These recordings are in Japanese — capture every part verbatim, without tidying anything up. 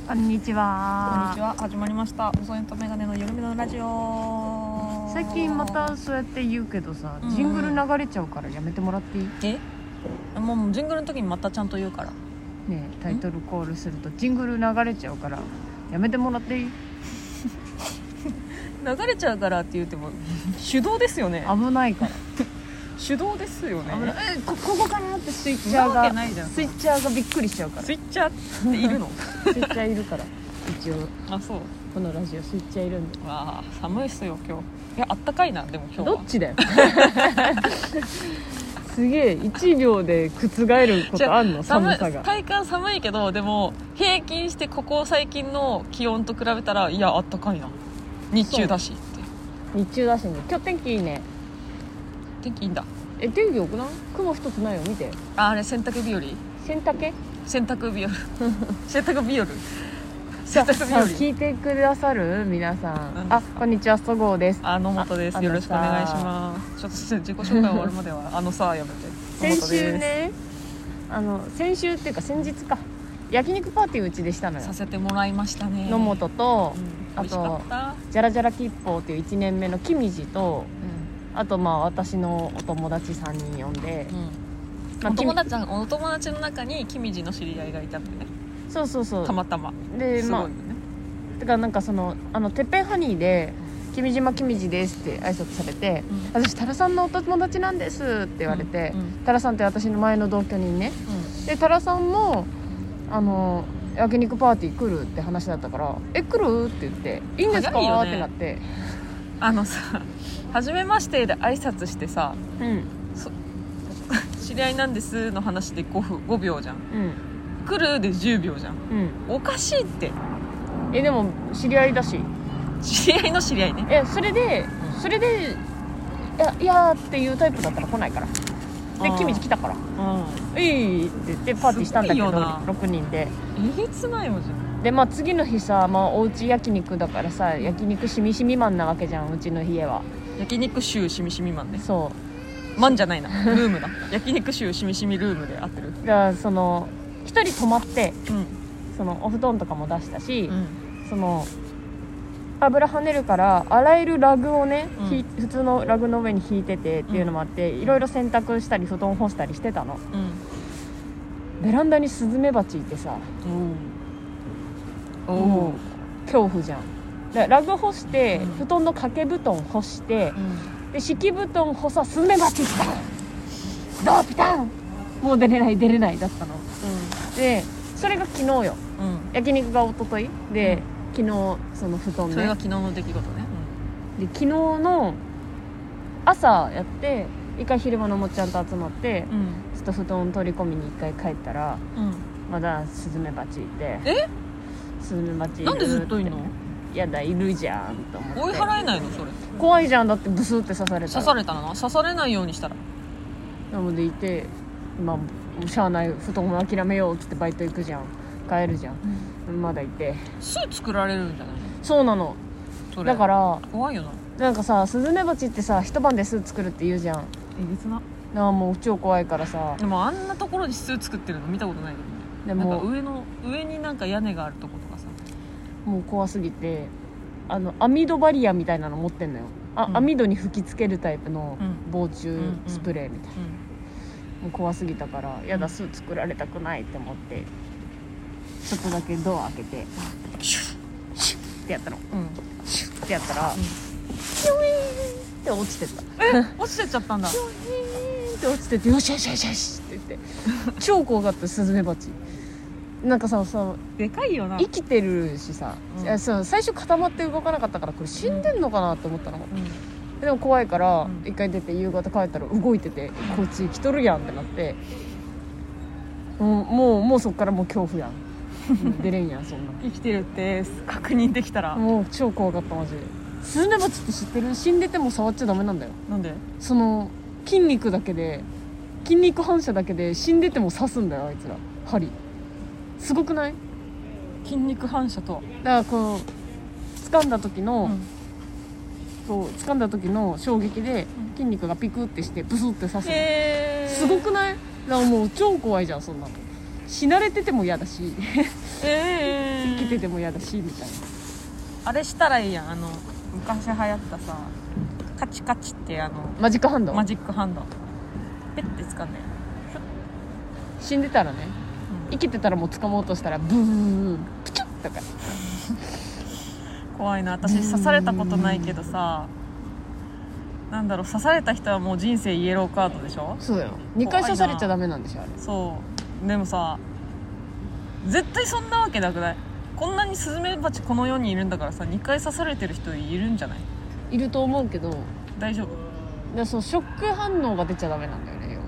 こんにちは。 こんにちは。始まりました細いとメガネのゆるめのラジオ。 最近またそうやって言うけどさ、 うんうん、 ジングル流れちゃうからやめてもらっていい？ えもうジングルの時にまたちゃんと言うからねえ、タイトルコールするとジングル流れちゃうからやめてもらっていい？ 流れちゃうからって言っても手動ですよね。 危ないから手動ですよね。 危ない。え こ, ここかなってスイッチャーがスイッチャーがびっくりしちゃうから。 スイッチャーっているの？ スイッチャーいるから一応。 あ、そう。 このラジオスイッチャーいるんで。 わあ、寒いっすよ今日。いや、あったかいな。でも今日はどっちだよ。すげえいちびょうで覆ることあんの？寒さが。 体感寒いけど、でも平均してここ最近の気温と比べたら、いや、あったかいな。日中だしって。 日中だしね。今日天気いいね。 天気いいんだ。 え、天気よくない？雲一つないよ、見て。 あ、あれ洗濯日和？ 洗濯？ 洗濯日和。洗濯日和。 洗濯日和。聞いてくださる皆さん。あ、こんにちは、そごうです。 あ、野本です。よろしくお願いします。ちょっと自己紹介終わるまではあのさやめて。 先週ね、あの先週っていうか先日か、焼肉パーティーうちでしたのよ。 させてもらいましたね。 野本と、 うん、 あとじゃらじゃら吉報っていういちねんめのキミジと、うん、あとまあ私のお友達さんにん呼んで、うんまあ、お友達お友達の中にキミジの知り合いがいたんでね。 そうそうそう。 たまたま。 で、 すごいよね。 まあ、てかなんかそのあのてっぺんハニーで君島君路ですって挨拶されて、うん、私タラさんのお友達なんですって言われて、うんうん、タラさんって私の前の同居人ね、うん、でタラさんもあの焼肉パーティー来るって話だったから、え来るって言っていいんですか、ね、ってなって、 あのさ初めましてで挨拶してさ、うん、知り合いなんですの話で ごふんごびょうじゃん、うん、来るでじゅうびょうじゃん、うん、おかしいって。 えでも知り合いだし。 知り合いの知り合いね。 えそれで、うん、それでいやいやっていうタイプだったら来ないから。でキミジ来たから、うん、いいって言ってパーティーしたんだけどろくにんでえげつないよじゃん。 でまあ次の日さ、まあ、おうち焼肉だからさ、焼肉しみしみマンなわけじゃん、うちの家は。 焼肉州しみしみマンね。 そうマンじゃないな、ルームだ。焼肉州しみしみルームで合ってる。 だからそのひとり泊まって、うん、そのお布団とかも出したし、うん、その油跳ねるから洗えるラグをね、うん、普通のラグの上に引いててっていうのもあって、うん、いろいろ洗濯したり布団干したりしてたの、うん、ベランダにスズメバチいてさ、おお恐怖じゃん。でラグ干して、うん、布団の掛け布団干して、うん、で敷布団干さスズメバチいたドーピタンもう出れない出れないだったの、うん、でそれが昨日よ、うん、焼肉が一昨日で、うん、昨日その布団ね、 それが昨日の出来事ね、 うん、で昨日の朝やって一回昼間のもっちゃんと集まって、うん、ちょっと布団取り込みに一回帰ったら、うん、まだスズメバチいて、 えスズメバチいるって。 なんでずっといんの？ やだいるじゃんと思って。 追い払えないのそれ？ 怖いじゃん、だってブスって刺されたら。 刺されたな、刺されないようにしたら。 なのでいて、まあしゃあない、布団も諦めようっつってバイト行くじゃん、帰るじゃん、うん、まだいて巣作られるんじゃない？ そうなの。だから怖いよな。 なんかさ、スズメバチってさ一晩で巣作るって言うじゃん。 えげつな。 なあ、もう超怖いからさ。 でもあんなところに巣作ってるの見たことないけどね。でもなんか上の上になんか屋根があるとことかさ、 もう怖すぎて、あの網戸バリアみたいなの持ってんのよ。あ、うん、網戸に吹きつけるタイプの防虫スプレーみたいな、うんうんうん、もう怖すぎたから、やだ巣作られたくないって思って、ちょっとだけドア開けてシュッシュッってやったの、うん、シュッってやったら、うん、シュイーンって落ちてた。 え落ちてっちゃったんだ。 シュイーンって落ちてて、よしよしよしよしって言って超怖かった。スズメバチなんかさ、さでかいよな。 生きてるしさ、うん、いやそう最初固まって動かなかったから、これ死んでんのかなって思ったの、うん、でも怖いから、一、うん、回出て夕方帰ったら動いてて、こいつ生きとるやんってなって、うん、もうもうそっからもう恐怖やん出れんやんそんな生きてるって確認できたらもう超怖かったマジで。スズメバチって知ってる？死んでても触っちゃダメなんだよ。 なんで？ その筋肉だけで、筋肉反射だけで死んでても刺すんだよあいつら、針。すごくない？ 筋肉反射とはだからこう掴んだ時の、うん、こう掴んだ時の衝撃で筋肉がピクってしてブスって刺す、 えー、 すごくない？だからもう超怖いじゃんそんなの。死なれてても嫌だし、 えー、 生きてても嫌だしみたいな。 あれしたらいいやん、あの昔流行ったさカチカチってあのマジックハンドマジックハンドペッて掴んで死んでたらね、うん、生きてたらもう掴もうとしたらブーンプチュッとか怖いな。私刺されたことないけどさ、なんだろう、刺された人はもう人生イエローカードでしょ。 そうよ、にかい刺されちゃダメなんでしょあれ。 そうでもさ絶対そんなわけなくない？こんなにスズメバチこの世にいるんだからさ、にかい刺されてる人いるんじゃない？ いると思うけど大丈夫？ だそうショック反応が出ちゃダメなんだよね要は。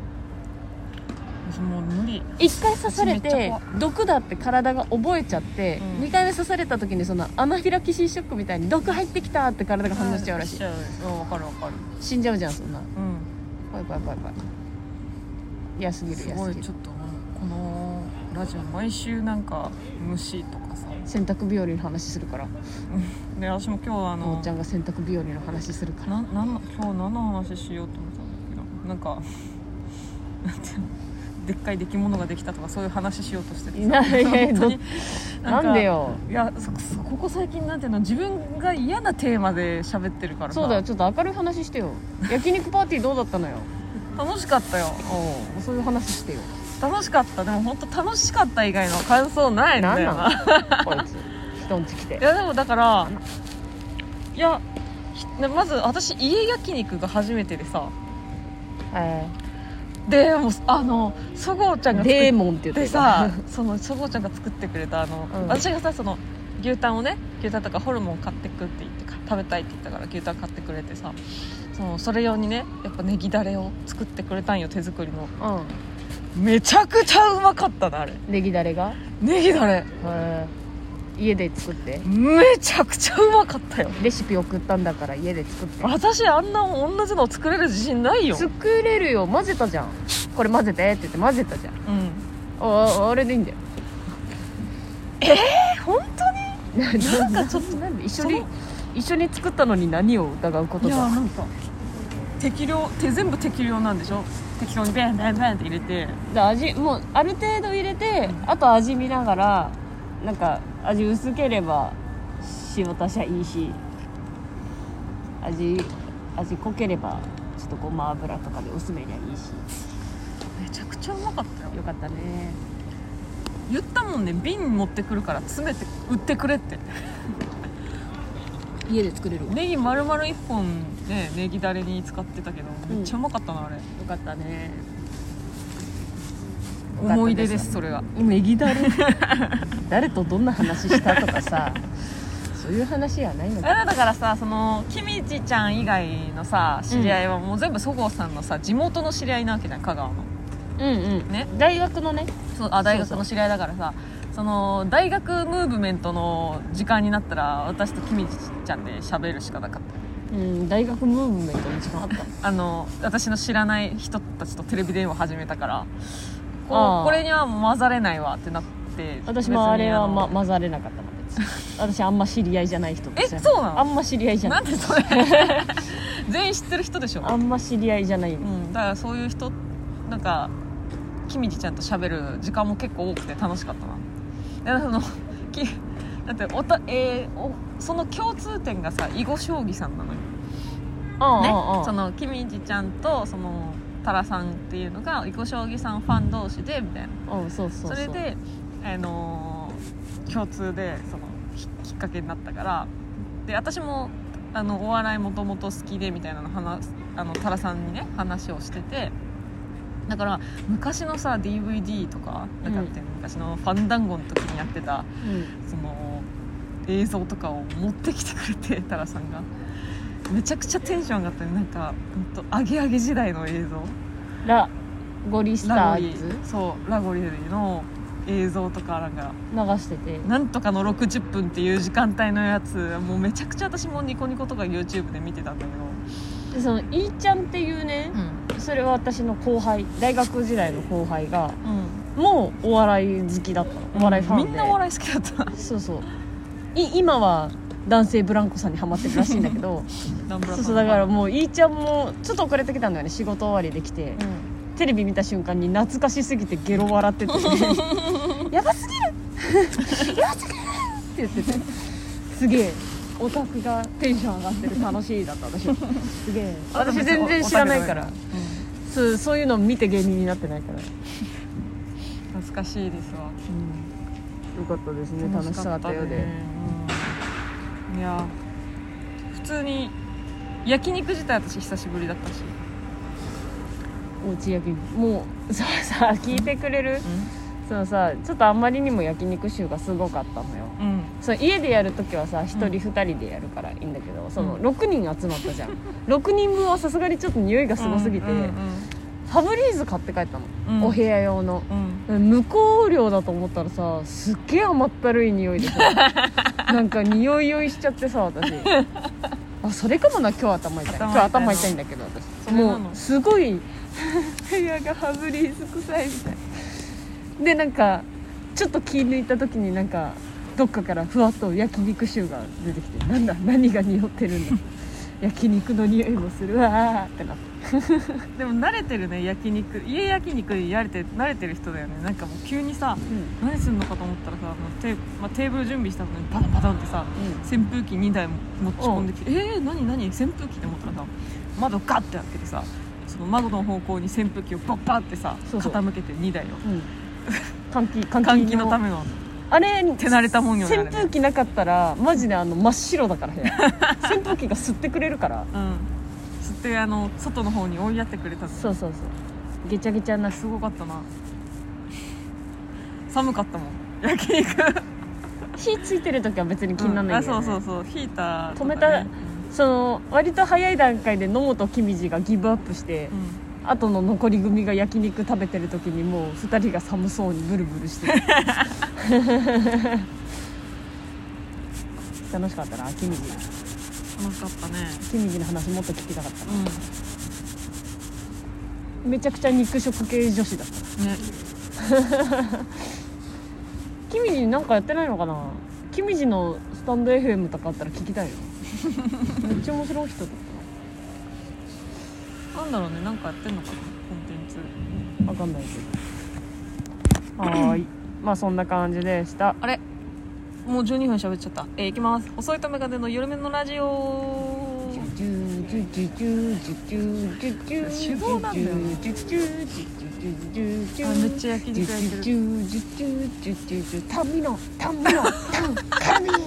もう無理。 いっかい刺されて毒だって体が覚えちゃって、うん、にかいめ刺された時にそのアナフィラキシーショックみたいに毒入ってきたって体が反応しちゃうらしい。 分かる分かる。 死んじゃうじゃんそんな。うん怖い怖い怖い怖い。嫌すぎる嫌すぎる。 すごいちょっとこのラジオ毎週なんか虫とかさ洗濯日和の話するからで私も今日あのおーちゃんが洗濯日和の話するからななん今日何の話しようと思ったんだけどなんかなんていうのでっかい出来物ができたとかそういう話しようとしててさ本当になんなんでよ。 いやそそここ最近なんていうの自分が嫌なテーマで喋ってるからさ。 そうだよちょっと明るい話してよ焼肉パーティーどうだったのよ楽しかったよ。 おそういう話してよ。 楽しかった。でも本当楽しかった以外の感想ないんだよな。 なこいつ人んち来て。 いやでもだからいやまず私家焼肉が初めてでさ、 えー、でもあのそごうちゃんがデーモンって言ってさそのそごうちゃんが作ってくれたあの、 うん、 私がさその牛タンをね牛タンとかホルモン買ってくって言って食べたいって言ったから牛タン買ってくれてさそのそれ用にねやっぱネギダレを作ってくれたんよ手作りの、うん、めちゃくちゃうまかったなあれ。 ネギダレがネギダレ家で作ってめちゃくちゃうまかったよ。 レシピ送ったんだから家で作って。 私あんな同じの作れる自信ないよ。 作れるよ混ぜたじゃんこれ混ぜてって言って混ぜたじゃん。 うんああれでいいんだよ。 えー、本当になんかちょっとなんで一緒に一緒に作ったのに何を疑うことだ。いやなんか適量手全部適量なんでしょ。適当にベンベンベンって入れてで味もうある程度入れて、うん、あと味見ながらなんか味薄ければ塩足しゃいいし味味濃ければちょっとごま油とかで薄めりゃいいし。 めちゃくちゃうまかったよ。 よかったね。 言ったもんね瓶持ってくるから詰めて売ってくれって家で作れるわ。 ネギ丸々いっぽんねネギダレに使ってたけどめっちゃうまかったな、うん、あれ。よかったね。 思い出ですそれが。 ネギダレ誰とどんな話したとかさそういう話はないのか。 だからさそのキミチちゃん以外のさ知り合いはもう全部そごうさんのさ地元の知り合いなわけじゃん香川の。 うんうんね大学のね。 そうあ大学の知り合いだからさその大学ムーブメントの時間になったら私とキミチちゃんで喋るしかなかった。 うん大学ムーブメントの時間あったあの私の知らない人たちとテレビ電話始めたからこ, これには混ざれないわってなって私もあれは、ま、混ざれなかったの別に私あんま知り合いじゃない人えそうなの。 あんま知り合いじゃない。 なんでそれ全員知ってる人でしょ。 あんま知り合いじゃない、 うん、だからそういう人なんかキミチちゃんと喋る時間も結構多くて楽しかったな。いやそのきだっておた、えー、おその共通点がさ囲碁将棋さんなのよ。 ああ、 ね、 ああそのキミチちゃんとそのタラさんっていうのが囲碁将棋さんファン同士でみたいな。 うんそうそうそう。 それで、あのー、共通でそのきっかけになったからで私もあのお笑いもともと好きでみたいなの話あのタラさんにね話をしててだから昔のさ ディーブイディー とかなんかって、うん、昔のファンダンゴの時にやってた、うん、その映像とかを持ってきてくれてタラさんがめちゃくちゃテンション上がったね。なんかほんとアゲアゲ時代の映像ラゴリスターズそうラゴリの映像とかなんか流しててなんとかのろくじゅっぷんっていう時間帯のやつもうめちゃくちゃ私もニコニコとか YouTube で見てたんだけどでそのイーちゃんっていうね、うん、それは私の後輩大学時代の後輩が、うん、もうお笑い好きだったのお笑いファンで、 みんなお笑い好きだったそうそうい今は男性ブランコさんにハマってるらしいんだけどそうそうだからもうイーちゃんもちょっと遅れてきたんだよね仕事終わりできて、うん、テレビ見た瞬間に懐かしすぎてゲロ笑っててやばすぎる言ってて、すげえオタクがテンション上がってる楽しいだった私すげえ私全然知らないから、うん、そう、そういうの見て芸人になってないから懐かしいですわ、 うん、よかったですね。楽しかったようで、 うん、いや普通に焼肉自体私久しぶりだったし、 おうち焼肉もうささ聞いてくれる、うん、そのさちょっとあんまりにも焼肉臭がすごかったのよ、うん、その家でやるときはさひとりふたりでやるからいいんだけど、そのろくにん集まったじゃんろくにんぶんはさすがにちょっと匂いがすごすぎて、うんうんうん、ファブリーズ買って帰ったの、うん、お部屋用の、うん、無香料だと思ったらさすっげえ甘ったるい匂いでさなんか匂い酔いしちゃってさ私あそれかもな、今日頭痛い今日頭痛いんだけど私もうすごい部屋がファブリーズ臭いみたいで、なんかちょっと気抜いた時になんかどっかからふわっと焼肉臭が出てきて、なんだ何が匂ってるんだ焼肉の匂いもするわーってなってでも慣れてるね、焼肉家焼肉にやれて慣れてる人だよね。なんかもう急にさ、うん、何するのかと思ったらさテー、まあ、テーブル準備したのにパタンパタンってさ、うん、扇風機にだい持ち込んできて、えー何何扇風機って思ったらさ窓ガッて開けてさ、その窓の方向に扇風機をバッバッってさそうそう傾けてにだいを、うん、換気換気のためのあれ手慣れたもんよね。 扇風機なかったらマジであの真っ白だから部屋扇風機が吸ってくれるから、うん、 吸ってあの外の方に追いやってくれたの。 そうそうそうげちゃげちゃになってすごかったな。寒かったもん焼肉火ついてる時は別に気にならないんだよね、 うん、あそうそうそうヒーターとか、ね、 止めたその割と早い段階で野本君路がギブアップして、うん、後の残り組が焼肉食べてる時にもうふたりが寒そうにブルブルしてる楽しかったな君路。 楽しかったね。 君路の話もっと聞きたかったな、うん、めちゃくちゃ肉食系女子だったね君路なんかやってないのかな。君路のスタンド エフエム とかあったら聞きたいよめっちゃ面白い人だったなんだろうね、なんかやってんのかなコンテンツわかんないけどはーいまあそんな感じでした。 あれもうじゅうにふん喋っちゃった。えー、いきます。細いとメガネの緩めのラジオ。手動なんだよ。あ、めっちゃ焼肉焼いてる。 タミノタミノタンカミ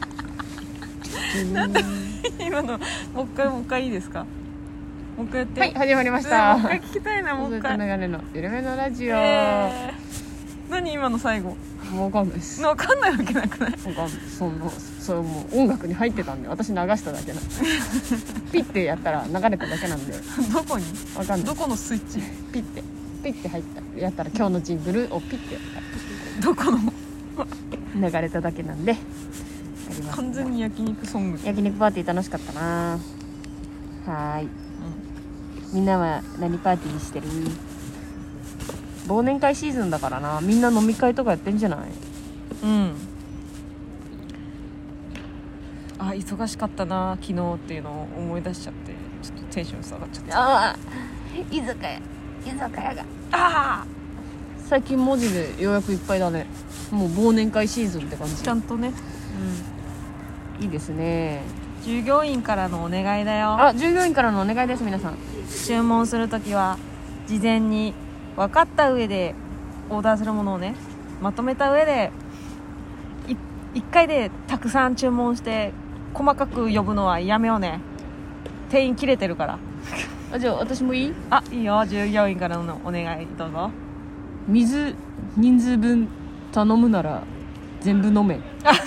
なんで今のもう一回もう一回いいですか。もう一回やって。 はい始まりました。 もう一回聞きたいな。もう一回。 細いとメガネの緩めのラジオ、 えー、何今の最後分かんないです。 分かんないわけなくない。 分かんない。そのそれもう音楽に入ってたんで私流しただけなんでピッてやったら流れただけなんでどこに分かんない。 どこのスイッチピッてピッて入ったやったら今日のジングルをピッてやったらどこの流れただけなんで完全に焼肉ソング。 焼肉パーティー楽しかったな。はーい、うん、みんなは何パーティーしてる。忘年会シーズンだからな。みんな飲み会とかやってんじゃない。 うん。あ、忙しかったな昨日っていうのを思い出しちゃってちょっとテンション下がっちゃった。 ああ居酒屋居酒屋がああ最近文字でようやくいっぱいだね。もう忘年会シーズンって感じ。 ちゃんとね、 うん、いいですね。 従業員からのお願いだよ。 あ、従業員からのお願いです。皆さん注文するときは事前に分かった上でオーダーするものをねまとめた上でいっかいでたくさん注文して細かく呼ぶのはやめようね。店員切れてるからあ、じゃあ私もいい？ あ、いいよ。従業員からのお願いどうぞ。 水人数分頼むなら全部飲め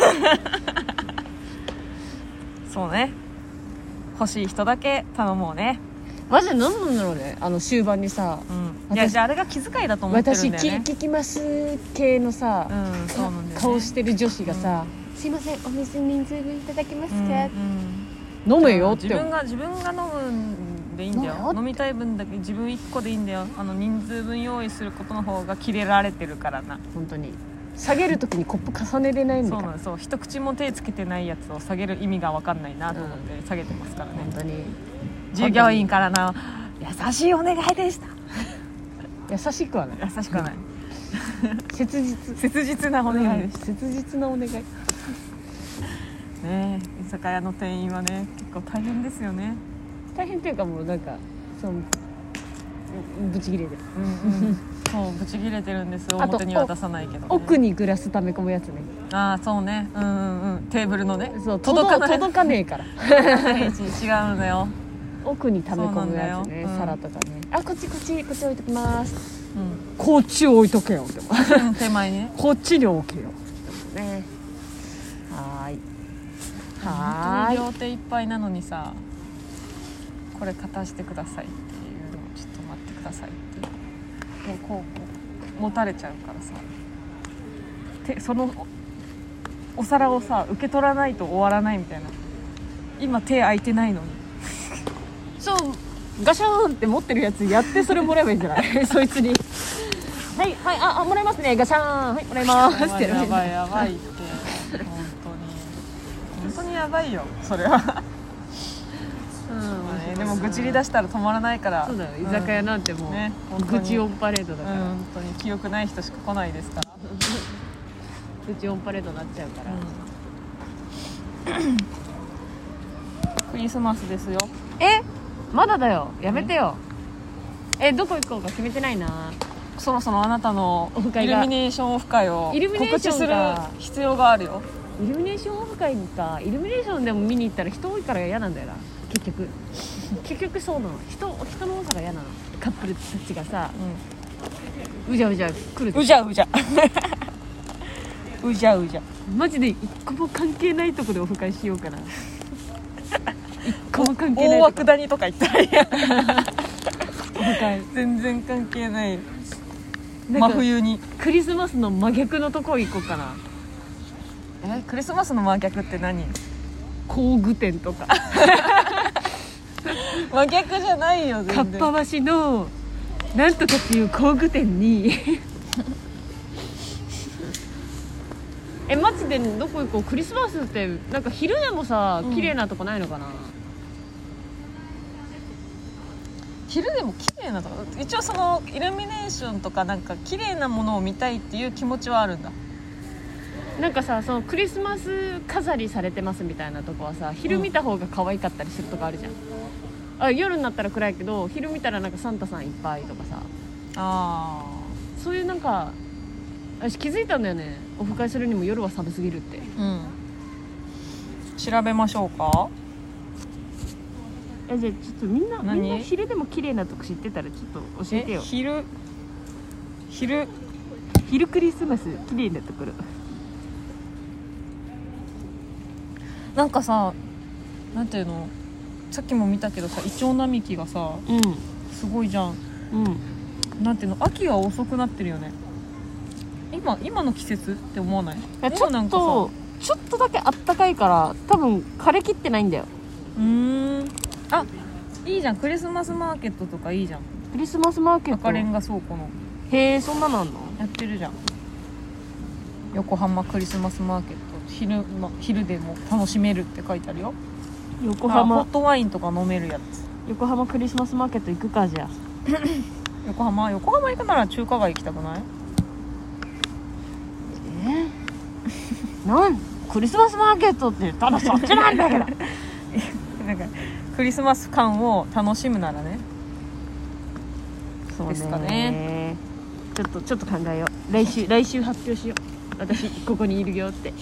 そうね、欲しい人だけ頼もうね。 マジで何なんだろうね。あの終盤にさ、 うん、いやじゃああれが気遣いだと思ってるんだよね。 私聞きます系のさ、 うん、そうなんだよね、 顔してる女子がさ、うん、すいませんお水人数分いただけますか、うんうん、飲めよって。 自分が自分が飲むんでいいんだよ。飲みたい分だけ自分いっこでいいんだよ。あの人数分用意することの方がキレられてるからな。 本当に下げるときにコップ重ねれないんだから。 そうなんそう一口も手つけてないやつを下げる意味が分かんないなと思って下げてますからね、 うん、本当に従業員からの優しいお願いでした。 優しくはない優しくはない切実切実なお願いです、 うん、切実なお願いね。居酒屋の店員はね結構大変ですよね。 大変っていうかもうなんかそのブチ切れてる、 うんうん、そうブチ切れてるんです。表には出さないけど、ね、 奥にグラス溜め込むやつね。 ああそうね、うんうんうん、テーブルのね、 そう届かない届かねえから違うんだよ。 奥に溜め込むやつね、うん、皿とかね。あこっちこっちこっち置いときます、 うん、 こっち置いとけよって手前にねこっちに置けよね。はーいはーい。両手いっぱいなのにさ、これ片してくださいっていうのをちょっと待ってくださいってもうこうこう持たれちゃうからさ、手その お, お皿をさ受け取らないと終わらないみたいな。今手空いてないのにそうガシャーンって持ってるやつやってそれもらえばいいんじゃないそいつにはいはいああもらいますねガシャーンはいもらいますってやばいやばいって本当に本当にやばいよそれはうんまあね、でも愚痴り出したら止まらないから。 そうだよ、居酒屋なんてもう、うんね、愚痴オンパレードだから、うん、 本当に記憶ない人しか来ないですから愚痴オンパレードになっちゃうから、 うん、クリスマスですよ。 えまだだよやめてよ。えどこ行こうか決めてないな。 そろそろあなたのイルミネーションオフ会を告知する必要があるよ。 イルミネーションオフ会か。イルミネーションでも見に行ったら人多いから嫌なんだよな結局結局そうなの 人, 人の多さが嫌なの。カップルたちがさ、うん、うじゃうじゃ来る。 うじゃうじゃうじゃうじゃマジで一個も関係ないとこでオフ会しようかな一個も関係ない大涌谷とか行ったらいいやオフ会全然関係ない。真冬にクリスマスの真逆のとこ行こうかな。 えクリスマスの真逆って何？ 工具店とか真逆じゃないよ全然。 かっぱ橋のなんとかっていう工具店にえマジでどこ行こう。クリスマスってなんか昼でもさ、うん、綺麗なとこないのかな。 昼でも綺麗なとこ一応そのイルミネーションとかなんか綺麗なものを見たいっていう気持ちはあるんだ。 なんかさそのクリスマス飾りされてますみたいなとこはさ昼見た方が可愛かったりするとこあるじゃん、うん、あ夜になったら暗いけど昼見たらなんかサンタさんいっぱいとかさあそういうなんか私気づいたんだよね。オフ会するにも夜は寒すぎるって、 うん、調べましょうか。 えじゃあちょっとみんなみんな昼でも綺麗なとこ知ってたらちょっと教えてよ。 え昼昼昼クリスマス綺麗なところなんかさなんていうのさっきも見たけどさイチョウ並木がさ、うん、すごいじゃん、うん、なんていうの秋が遅くなってるよね。今今の季節って思わない？いやちょっとちょっとだけあったかいから多分枯れきってないんだよ。 うーんあいいじゃんクリスマスマーケットとかいいじゃん。 クリスマスマーケット赤レンガ倉庫のへえそんなのあんのやってるじゃん。横浜クリスマスマーケット 昼, ま、昼でも楽しめるって書いてあるよ。 横浜ホットワインとか飲めるやつ。 横浜クリスマスマーケット行くかじゃあ横浜横浜行くなら中華街行きたくない？ えなんクリスマスマーケットってただそっちなんだけどなんかクリスマス感を楽しむならね。 そうねですかね。 ちょっとちょっと考えよう。来週来週発表しよう。私ここにいるよって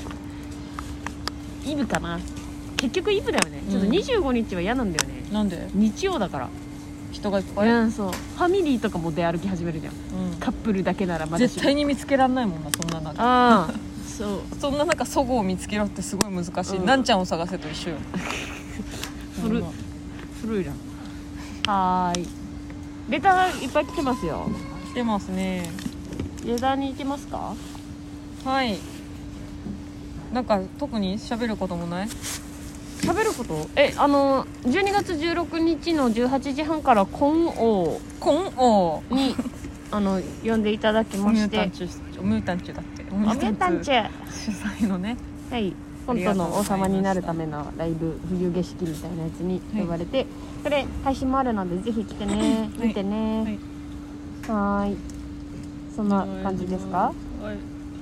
イブかな。結局イブだよね、うん、ちょっとにじゅうごにちは嫌なんだよね。 なんで？ 日曜だから人がいっぱい、 うん、そうファミリーとかも出歩き始めるじゃん、うん、カップルだけならまだ絶対に見つけらんないもんなそんな中。 ああそうそんな中そごを見つけろってすごい難しい、うん、なんちゃんを探せと一緒よ古古いな。はーいレターいっぱい来てますよ。 来てますね。 レターに行きますか。 はいなんか特に喋ることもない？ 喋ることえあのじゅうにがつじゅうろくにちのじゅうはちじはんからコンオーコンオーにあの呼んでいただきましてミュータンチュミュータンチュだってミュータンチュ主催のねはい本当の王様になるためのライブ冬景色みたいなやつに呼ばれて、はい、それ配信もあるのでぜひ来てね見てね、はい、はーいそそんな感じですか？ はい。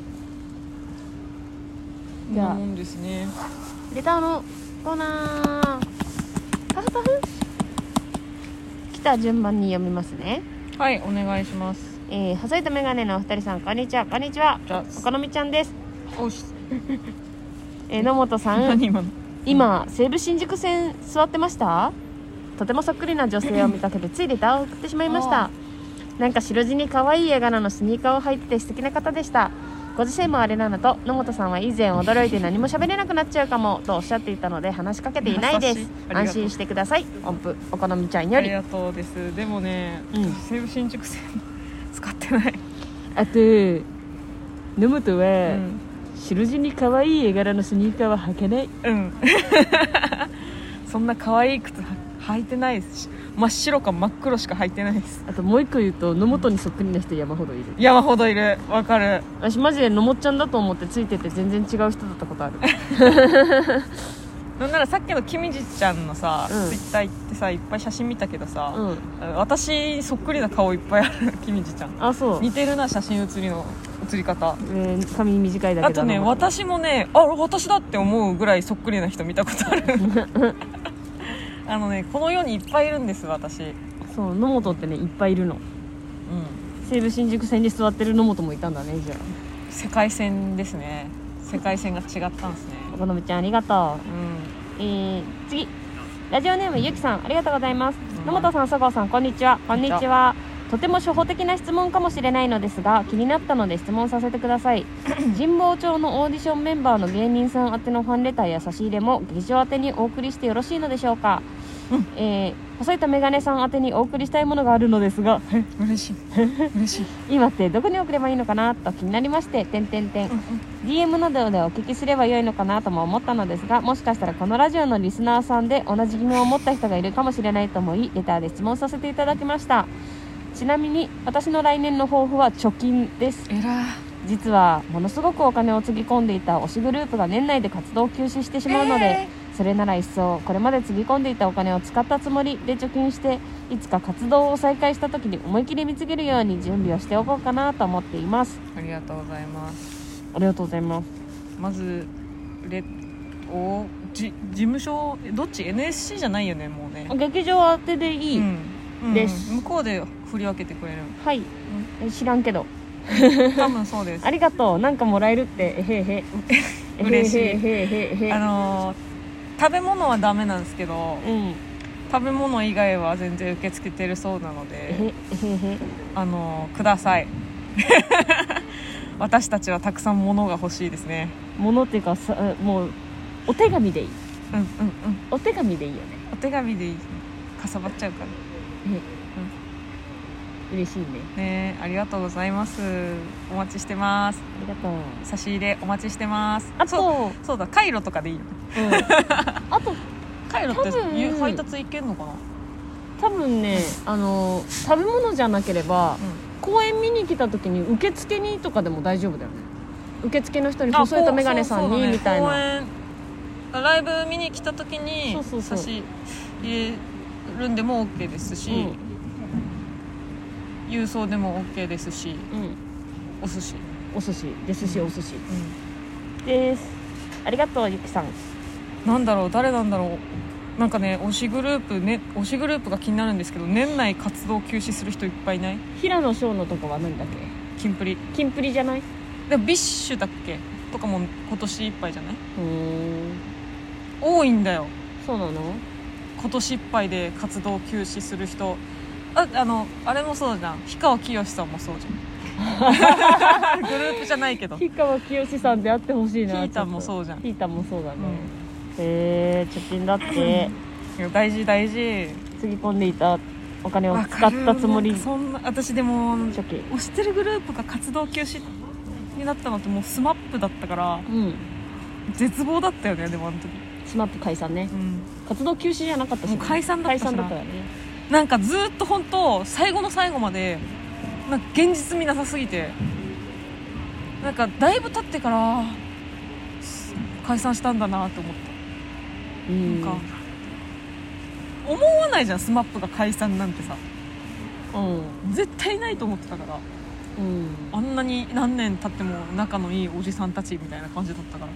じゃあこんなもんですね。 レターのコーナー、パフパフ。来た順番に読みますね。 はい、お願いします。 えー、細いとメガネのお二人さん、こんにちは。こんにちは。お好みちゃんです。 おし。 えー、野本さん、 何今の？ 今西武新宿線座ってました？とてもそっくりな女性を見かけてついレターを送ってしまいました。なんか白地に可愛い絵柄のスニーカーを履いてて素敵な方でした。ご時世もあれなのと、野本さんは以前驚いて何も喋れなくなっちゃうかもとおっしゃっていたので話しかけていないです。安心してください。音符お好みちゃんより。 ありがとうです。でもね、 うん、 西武新宿線使ってない。 あと野本は、うん、白地に可愛い絵柄のスニーカーは履けない。 うんそんな可愛い靴履いてないですし、真っ白か真っ黒しか履いてないです。 あともう一個言うと、野本にそっくりな人山ほどいる。 山ほどいる。わかる。 私マジで野本ちゃんだと思ってついてて全然違う人だったことあるなんならさっきの君路ちゃんのさ、 うん、 ツイッター行ってさいっぱい写真見たけどさ、 うん、 私そっくりな顔いっぱいある。君路ちゃん。 あ、そう。 似てるな、写真写りの写り方。 えー、髪短いだけど。 あとね、私もね、あ、私だって思うぐらいそっくりな人見たことあるあのね、この世にいっぱいいるんです、私。 そう、野本ってね、いっぱいいるの。うん。西武新宿線に座ってる野本もいたんだね、じゃあ。 世界線ですね。世界線が違ったんですね。 お好みちゃんありがとう。うん。えー、次。ラジオネームゆきさん、ありがとうございます。うん、野本さん、佐合さん、こんにちは。こんにちは。とても初歩的な質問かもしれないのですが、気になったので質問させてください。神保町のオーディションメンバーの芸人さん宛てのファンレターや差し入れも劇場宛てにお送りしてよろしいのでしょうか？うん、えー、細いとメガネさん宛てにお送りしたいものがあるのですが、 え、嬉しい嬉しい今ってどこに送ればいいのかなと気になりまして、点々点、うんうん、ディーエム などでお聞きすればよいのかなとも思ったのですが、もしかしたらこのラジオのリスナーさんで同じ疑問を持った人がいるかもしれないと思い、レターで質問させていただきました。ちなみに私の来年の抱負は貯金です。 えら。 実はものすごくお金をつぎ込んでいた推しグループが年内で活動を休止してしまうので、えー、それなら一層これまでつぎ込んでいたお金を使ったつもりで貯金して、いつか活動を再開した時に思い切り貢げるように準備をしておこうかなと思っています。 ありがとうございます。 ありがとうございます。 まずレおじ事務所どっち エヌエスシー じゃないよね、もうね。 劇場宛てでいい、うん、です、 うん、向こうで振り分けてくれる。 はい、うん、知らんけど多分そうです。 ありがとう。なんかもらえるってえへへ嬉しい。 へへへへ。 あのー、食べ物はダメなんですけど、うん、食べ物以外は全然受け付けてるそうなので、 えへへあのー、ください私たちはたくさん物が欲しいですね。 物っていうかさ、もうお手紙でいい。 うんうんうん。 お手紙でいいよね。 お手紙でいい。かさばっちゃうから。え、 うん、嬉しいね。 ね、ありがとうございます。お待ちしてます。 ありがとう。 差し入れお待ちしてます。 あとそう、そうだ、カイロとかでいいよ、うん、 あとカイロって配達いけんのかな。 多分ね、うん、あの食べ物じゃなければ、うん、公園見に来た時に受付にとかでも大丈夫だよね。受付の人に細いとメガネさんに、ね、みたいな。公園ライブ見に来た時に差し入れるんでも OK ですし、うん、郵送でも OK ですし、うん、お寿司お寿司ですし、うん、お寿司、うん、です。ありがとうゆきさん。 なんだろう、誰なんだろう。なんかね、推しグループね、推しグループが気になるんですけど、年内活動休止する人いっぱいいない？平野翔のとかは何だっけ？ キンプリ。 キンプリじゃない？ でビッシュだっけとかも今年いっぱいじゃない？ うーん、 多いんだよ。 そうなの？ 今年いっぱいで活動休止する人。あ、あのあれもそうじゃん。氷川きよしさんもそうじゃんグループじゃないけど氷川きよしさんであってほしいな。 ヒータンもそうじゃん。 ヒータンもそうだね、うん、へえ、貯金だって大事大事。 つぎ込んでいたお金を使ったつもり。 そんな、私でも推してるグループが活動休止になったのってもうスマップだったから、うん、絶望だったよね。でもあの時スマップ解散ね、うん、活動休止じゃなかったし、ね、 もう解散だったしな。 解散だったよね。 なんかずっと本当最後の最後までなんか現実味なさすぎて、なんかだいぶ経ってから解散したんだなと思った。うん、なんか思わないじゃん、スマップが解散なんてさ、うん、絶対ないと思ってたから。 うん、 あんなに何年経っても仲のいいおじさんたちみたいな感じだったから、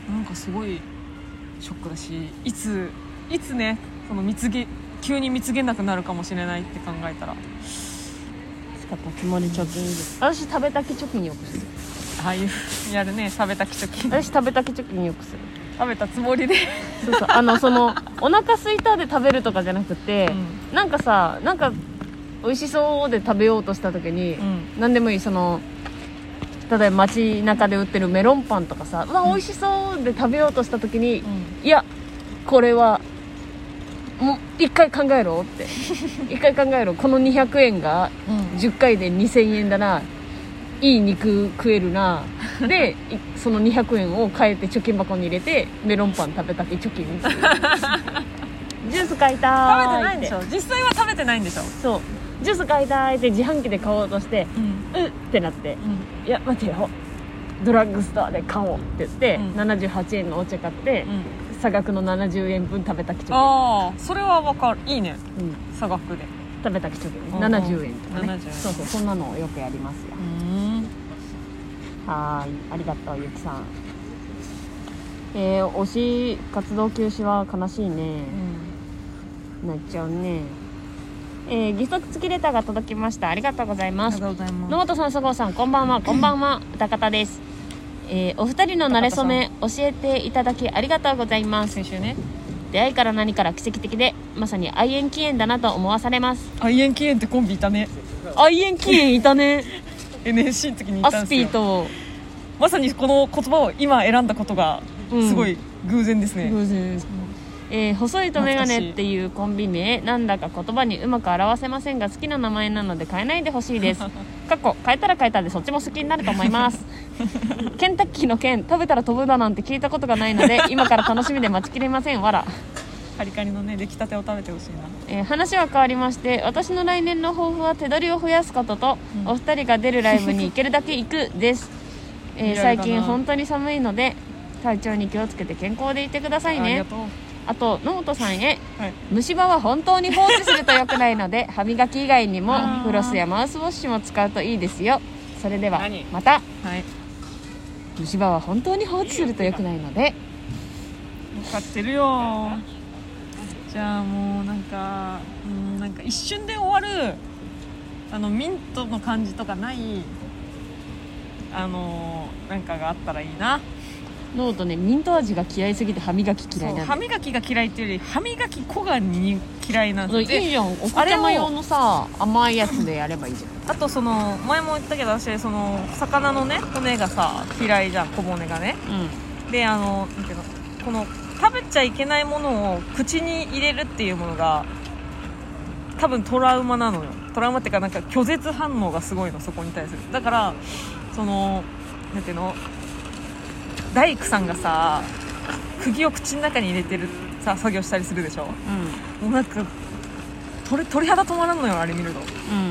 なんかすごいショックだし、いついつねその貢げ急に貢げなくなるかもしれないって考えたら、 しかったつもり貯金です。私食べたき貯金よくする。 ああいうやるね、食べたき貯金。 私食べたき貯金よくする。 食べたつもりでそうそう、あのそのお腹空いたで食べるとかじゃなくて、うん、なんかさ、なんか美味しそうで食べようとした時に、うん、何でもいい、その例えば街中で売ってるメロンパンとかさ、うわ、うん、美味しそうで食べようとした時に、うん、いやこれはもう一回考えろって一回考えろ、このにひゃくえんがじゅっかいでにせんえんだな、いい肉食えるなでそのにひゃくえんを変えて貯金箱に入れてメロンパン食べたき貯金ジュース買いたい、 食べてないんでしょ、実際は食べてないんでしょ。 そう、ジュース買いたいって自販機で買おうとして、うん、うってなって、うん、いや待てよ、ドラッグストアで買おうって言って、うん、ななじゅうはちえんのお茶買って、うん、差額のななじゅうえんぶん食べたき貯金。ああ、それは分かる、いいね、うん、差額で食べたき貯金ななじゅうえんとかね、そうそう、そんなのをよくやりますよ。うん、はい、ありがとうゆきさん。えー、推し活動休止は悲しいね、うん、なっちゃうね。えー、義足付きレターが届きました。ありがとうございます。 ありがとうございます。 野本さん、佐合さん、こんばんは。こんばんは。歌方です。えー、お二人の馴れ初め教えていただきありがとうございます。 先週ね、 出会いから何から奇跡的で、まさに愛縁起縁だなと思わされます。 愛縁起縁ってコンビいたね。 愛縁起縁いたねエヌエスシー の時にいたんですよ。 アスピーとまさにこの言葉を今選んだことがすごい偶然ですね、 うん、偶然です。えー、細いとメガネっていうコンビ名、なんだか言葉にうまく表せませんが好きな名前なので変えないでほしいですかっこ変えたら変えたでそっちも好きになると思いますケンタッキーの剣食べたら飛ぶだなんて聞いたことがないので今から楽しみで待ちきれません。わらカリカリのね出来たてを食べてほしいな。 えー、話は変わりまして、私の来年の抱負は手取りを増やすことと、うん、お二人が出るライブに行けるだけ行くです、えー、最近本当に寒いので体調に気をつけて健康でいてくださいね。 あ, あと野本さんへ、はい、虫歯は本当に放置すると良くないので歯磨き以外にもフロスやマウスウォッシュも使うといいですよ。それではまた、はい、虫歯は本当に放置すると良くないので。 分かってるよ。じゃあもうなんか、うん、なんか一瞬で終わるあのミントの感じとかないあのなんかがあったらいいな。 ノートね、ミント味が嫌いすぎて歯磨き嫌いなんで。 歯磨きが嫌いっていうより歯磨き粉がに嫌いなんで。 いいじゃん、お子ちゃま用のさ甘いやつでやればいいじゃん。あとその前も言ったけど私その魚のね骨がさ嫌いじゃん、小骨がね、うん、であのなんていうの、この食べちゃいけないものを口に入れるっていうものが多分トラウマなのよ。トラウマっていうかなんか拒絶反応がすごいの、そこに対する。だからそのなんていうの、大工さんがさ釘を口の中に入れてるさ作業したりするでしょ、うん、もうなんか鳥, 鳥肌止まらんのよあれ見ると、うん、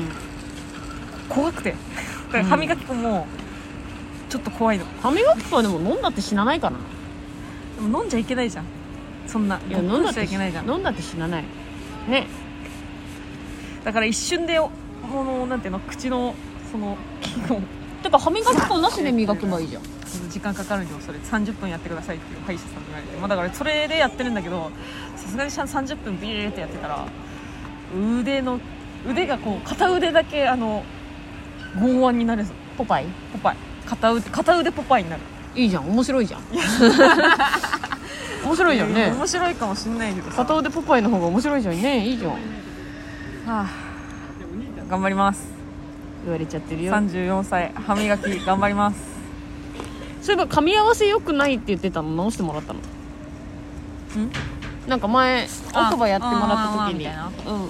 怖くてだから歯磨き粉もちょっと怖いの、うん、 歯磨き粉はでも飲んだって死なないかな。 でも飲んじゃいけないじゃん、そんな。いや飲んだっていけないじゃん。 飲んだって死なないね。 だから一瞬でこのなんていうの口のそのてか歯磨き粉なしで磨けばいいじゃん。 時間かかるんでそれさんじゅっぷんやってくださいっていう歯医者さんに言われて、まあ、だからそれでやってるんだけど、さすがにさんじゅっぷんビーってやってたら腕の腕がこう片腕だけあの剛腕になる。 ポパイポパイ片腕片腕ポパイになる。 いいじゃん、面白いじゃん面白いじゃんね。 面白いかもしんないけどさ、 片腕ポパイの方が面白いじゃんね。いいじゃん、はあ、頑張ります。 言われちゃってるよ。 さんじゅうよんさい歯磨き頑張ります。 そういえば噛み合わせ良くないって言ってたの直してもらったの？ん？なんか前奥歯やってもらった時に、うん、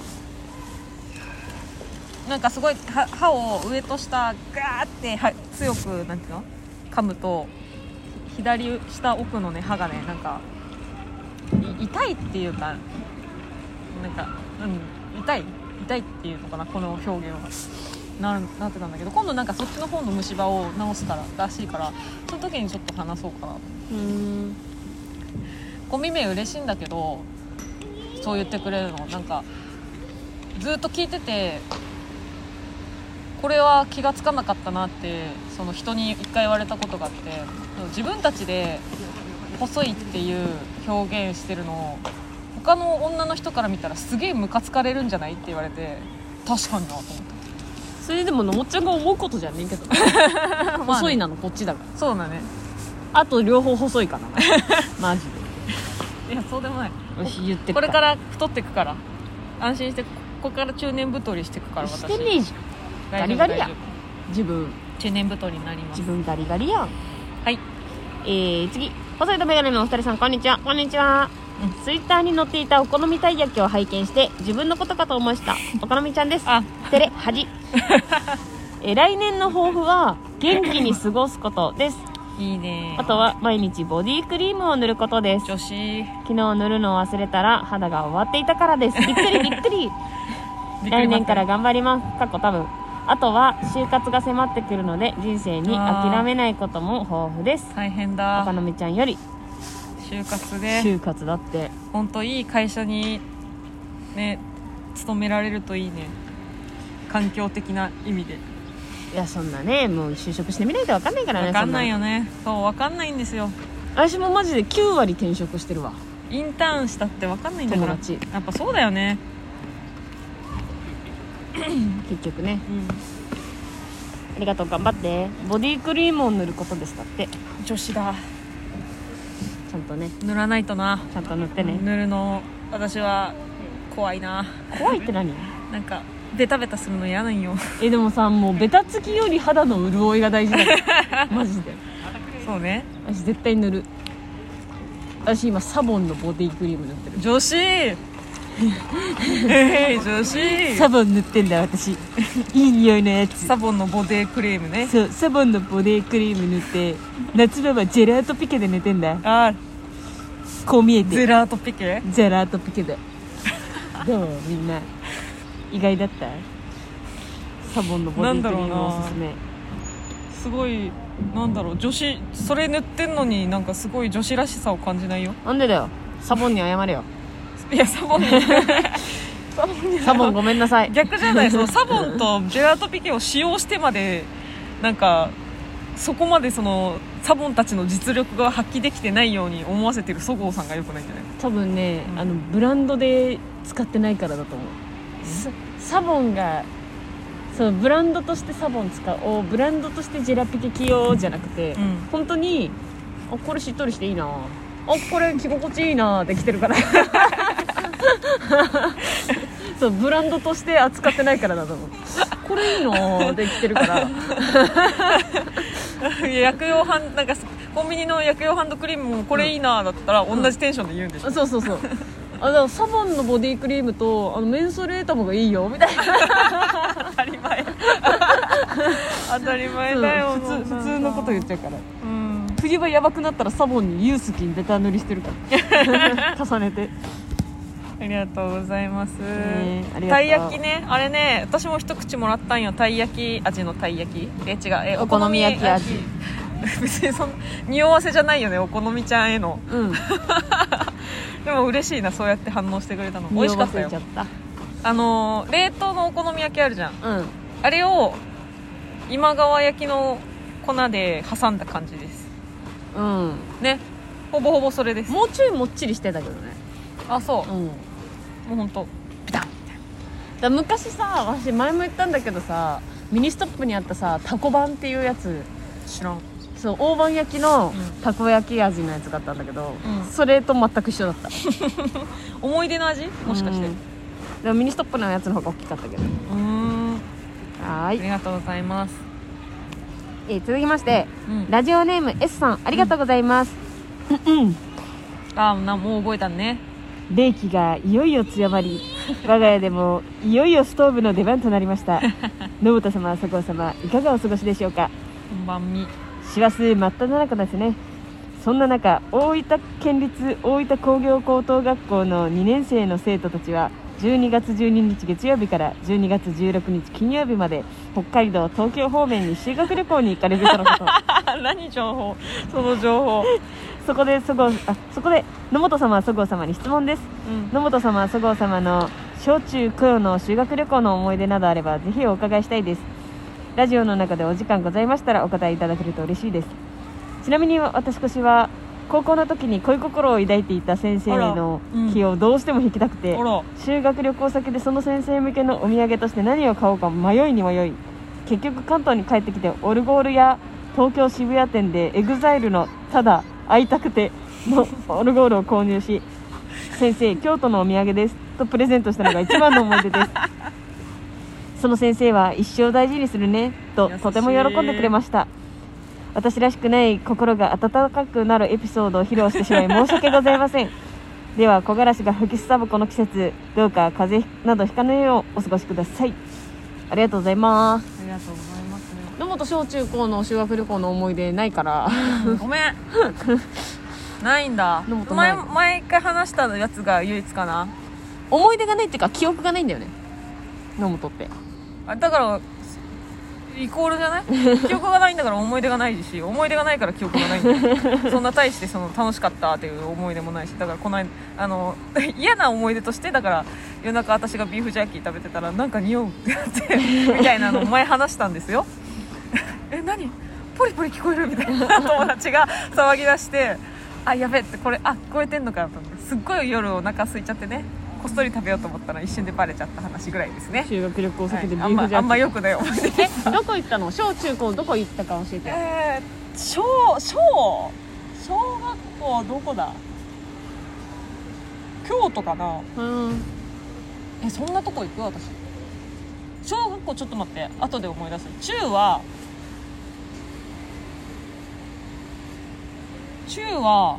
なんかすごい歯を上と下ガーって強くなんていうの噛むと左下奥のね歯がねなんか痛いっていうかなんか、うん、痛い痛いっていうのかな、この表現はな, なってたんだけど、今度なんかそっちの方の虫歯を直すかららしいから、その時にちょっと話そうかなと。うーん、コンビ名嬉しいんだけどそう言ってくれるのなんかずっと聞いててこれは気がつかなかったなってその人に一回言われたことがあって、自分たちで細いっていう表現してるのを他の女の人から見たらすげえムカつかれるんじゃないって言われて、確かになと思った。 それでものもっちゃんが思うことじゃねえけど細いなのこっちだから。 そうだね。 あと両方細いかなマジで。いやそうでもない。 よし言ってこれから太ってくから安心して。ここから中年太りしてくから私。 してねえじゃん。ガリガリやん自分。 中年太りになります。 自分ガリガリやん。 はい。 えー、次細いとメガネのお二人さんこんにちは。こんにちは。うん、ツイッターに載っていたお好みたい焼きを拝見して自分のことかと思いましたお好みちゃんです。 あテレ恥え来年の抱負は元気に過ごすことですいいね。 あとは毎日ボディクリームを塗ることです。 女子。 昨日塗るのを忘れたら肌が終わっていたからです。びっくりびっくり来年から頑張ります。過去多分あとは就活が迫ってくるので人生に諦めないことも豊富です。 大変だ。 おかのみちゃんより。 就活で就活だって本当いい会社にね勤められるといいね。環境的な意味で。 いやそんなねもう就職してみないと分かんないからね。 分かんないよね。そう分かんないんですよ。 私もマジできゅう割転職してるわ。 インターンしたって分かんないんだから。 友達やっぱそうだよね結局ね、 うん、 ありがとう頑張って。ボディクリームを塗ることですだって。 女子だ。 ちゃんとね塗らないとな。 ちゃんと塗ってね。 塗るの私は怖いな。 怖いって何？ なんかベタベタするの嫌なんよ。 えでもさもうベタつきより肌の潤いが大事だからマジで。 そうね。 私絶対塗る。私今サボンのボディクリーム塗ってる。 女子えー、女子サボン塗ってんだ私いい匂いのやつ。 サボンのボディクリームね。 そうサボンのボディクリーム塗って夏場はジェラートピケで寝てんだ。 あこう見えてゼラートピケジェラートピケでどうみんな意外だった？サボンのボディクリームおすすめ。 すごいなんだろう女子それ塗ってんのになんかすごい女子らしさを感じないよ。 なんでだよ。サボンに謝れよ。 いやサボンにサボンにサボンごめんなさい。 逆じゃない。そのサボンとジェラートピケを使用してまでなんかそこまでそのサボンたちの実力が発揮できてないように思わせてるそごうさんが良くないんじゃない？ 多分ね、 うん、 あのブランドで使ってないからだと思う、うん、サボンがそうブランドとしてサボン使おうブランドとしてジェラピケ着ようじゃなくて、うん、本当にあこれしっとりしていいなあこれ着心地いいなって着てるからそうブランドとして扱ってないからだと思うこれいいなって着てるから薬用ハンなんかコンビニの薬用ハンドクリームもこれいいなだったら同じテンションで言うんでしょ、 うん、そうそうそうあだからサボンのボディクリームとあのメンソレータムがいいよみたいな当たり前当たり前だよ。 普通、普通のこと言っちゃうから、 うん、 冬場やばくなったらサボンにユースキンベタ塗りしてるから重ねてありがとうございます、 えー、 たい焼きねあれね私も一口もらったんよ。たい焼き味のたい焼きえ違うえお好み焼き味別にその匂わせじゃないよねお好みちゃんへの、 うんでも嬉しいなそうやって反応してくれたの。美味しかったよ。あの冷凍のお好み焼きあるじゃん、 うん、 あれを今川焼きの粉で挟んだ感じです。 うんねほぼほぼそれです。 もうちょいもっちりしてたけどね。 あそう、うん、もうほんとピタンみたいな。だ昔さ私前も言ったんだけどさミニストップにあったさタコバンっていうやつ知らん。 そう大判焼きのたこ焼き味のやつがあったんだけど、うん、それと全く一緒だった思い出の味もしかして、うん、 でもミニストップのやつの方が大きかったけど。うーんはい、 ありがとうございます。 えー、続きまして、うん、ラジオネーム S さんありがとうございます、うん、うんあなもう覚えたね。 冷気がいよいよ強まり我が家でもいよいよストーブの出番となりました信太様佐藤様いかがお過ごしでしょうか。 こんばんみ。 師走真っ只中ですね。そんな中大分県立大分工業高等学校のにねん生の生徒たちはじゅうにがつじゅうににち月曜日からじゅうにがつじゅうろくにち金曜日まで北海道東京方面に修学旅行に行かれるとのこと何情報その情報そこでそごうあそこで野本様そごう様に質問です、うん、野本様そごう様の小中高の修学旅行の思い出などあればぜひお伺いしたいです。 ラジオの中でお時間ございましたらお答えいただけると嬉しいです。ちなみに私は高校の時に恋心を抱いていた先生の日をどうしても引きたくて、うん、修学旅行先でその先生向けのお土産として何を買おうか迷いに迷い、結局関東に帰ってきてオルゴールや東京渋谷店でエグザイルのただ会いたくてのオルゴールを購入し、先生京都のお土産ですとプレゼントしたのが一番の思い出です。その先生は一生大事にするねととても喜んでくれました。私らしくない心が温かくなるエピソードを披露してしまい申し訳ございません。では木枯らしが吹きすさぶこの季節、どうか風邪などひかぬようお過ごしください。ありがとうございます。 ありがとうございます。 野本小中高の修学旅行の思い出ないから、 うん、ごめんないんだ。前毎回話したやつが唯一かな。 思い出がないっていうか記憶がないんだよね、野本って。 あ、だからイコールじゃない記憶がないんだから思い出がないし、思い出がないから記憶がないんだよそんな大してその楽しかったっていう思い出もないし、だからこの間あの嫌な思い出として、だから夜中私がビーフジャーキー食べてたらなんか匂うってなってみたいなのを前話したんですよえ、何ポリポリ聞こえるみたいな友達が騒ぎ出して、あ、やべって、これあ聞こえてんのかと思って、すっごい夜お腹空いちゃってね、こっそり食べようと思ったら一瞬でバレちゃった話ぐらいですね。 修学旅行先でビーフジャーキー、 はい、あんま、あんまよくない思い出です。 え、どこ行ったの？小中高どこ行ったか教えてよ。 えー、小小小学校どこだ？京都かな。 うん。 え、そんなとこ行く？私小学校ちょっと待って、後で思い出す。中は中は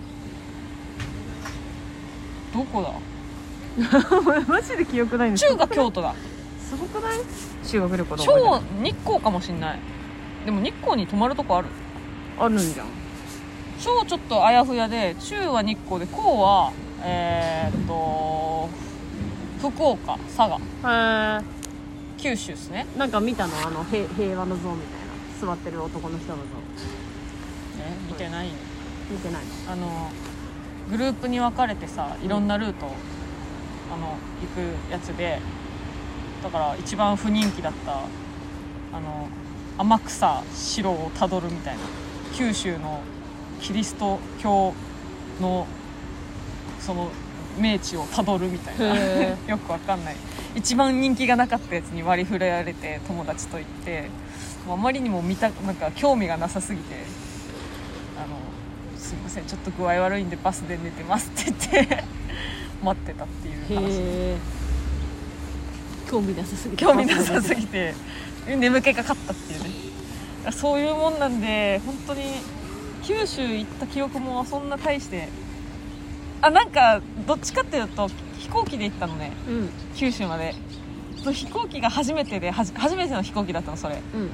どこだマジで記憶ないんです。 中が京都だ。 すごくない？修学旅行の超日光かもしんない。でも日光に泊まるとこある？ あるんじゃん。 小ちょっとあやふやで、中は日光で、高はえー、っと福岡、佐賀、 へー、 九州ですね。 なんか見たの？あの 平, 平和の像みたいな座ってる男の人の像。 え、見てない。 見てない。 あのグループに分かれてさ、いろんなルート、うん、あの行くやつで、だから一番不人気だったあの天草四郎をたどるみたいな、九州のキリスト教のその名地をたどるみたいなよくわかんない一番人気がなかったやつに割り振られて友達と行って、あまりにも見たなんか興味がなさすぎて、あのすいませんちょっと具合悪いんでバスで寝てますって言って待ってたっていう話です。 興味なさすぎて興味なさすぎて眠気がかったっていうね。そういうもんなんで、本当に九州行った記憶もそんな大して、あ、なんかどっちかっていうと飛行機で行ったのね、うん、九州まで。飛行機が初めてで、はじ初めての飛行機だったのそれ、うん、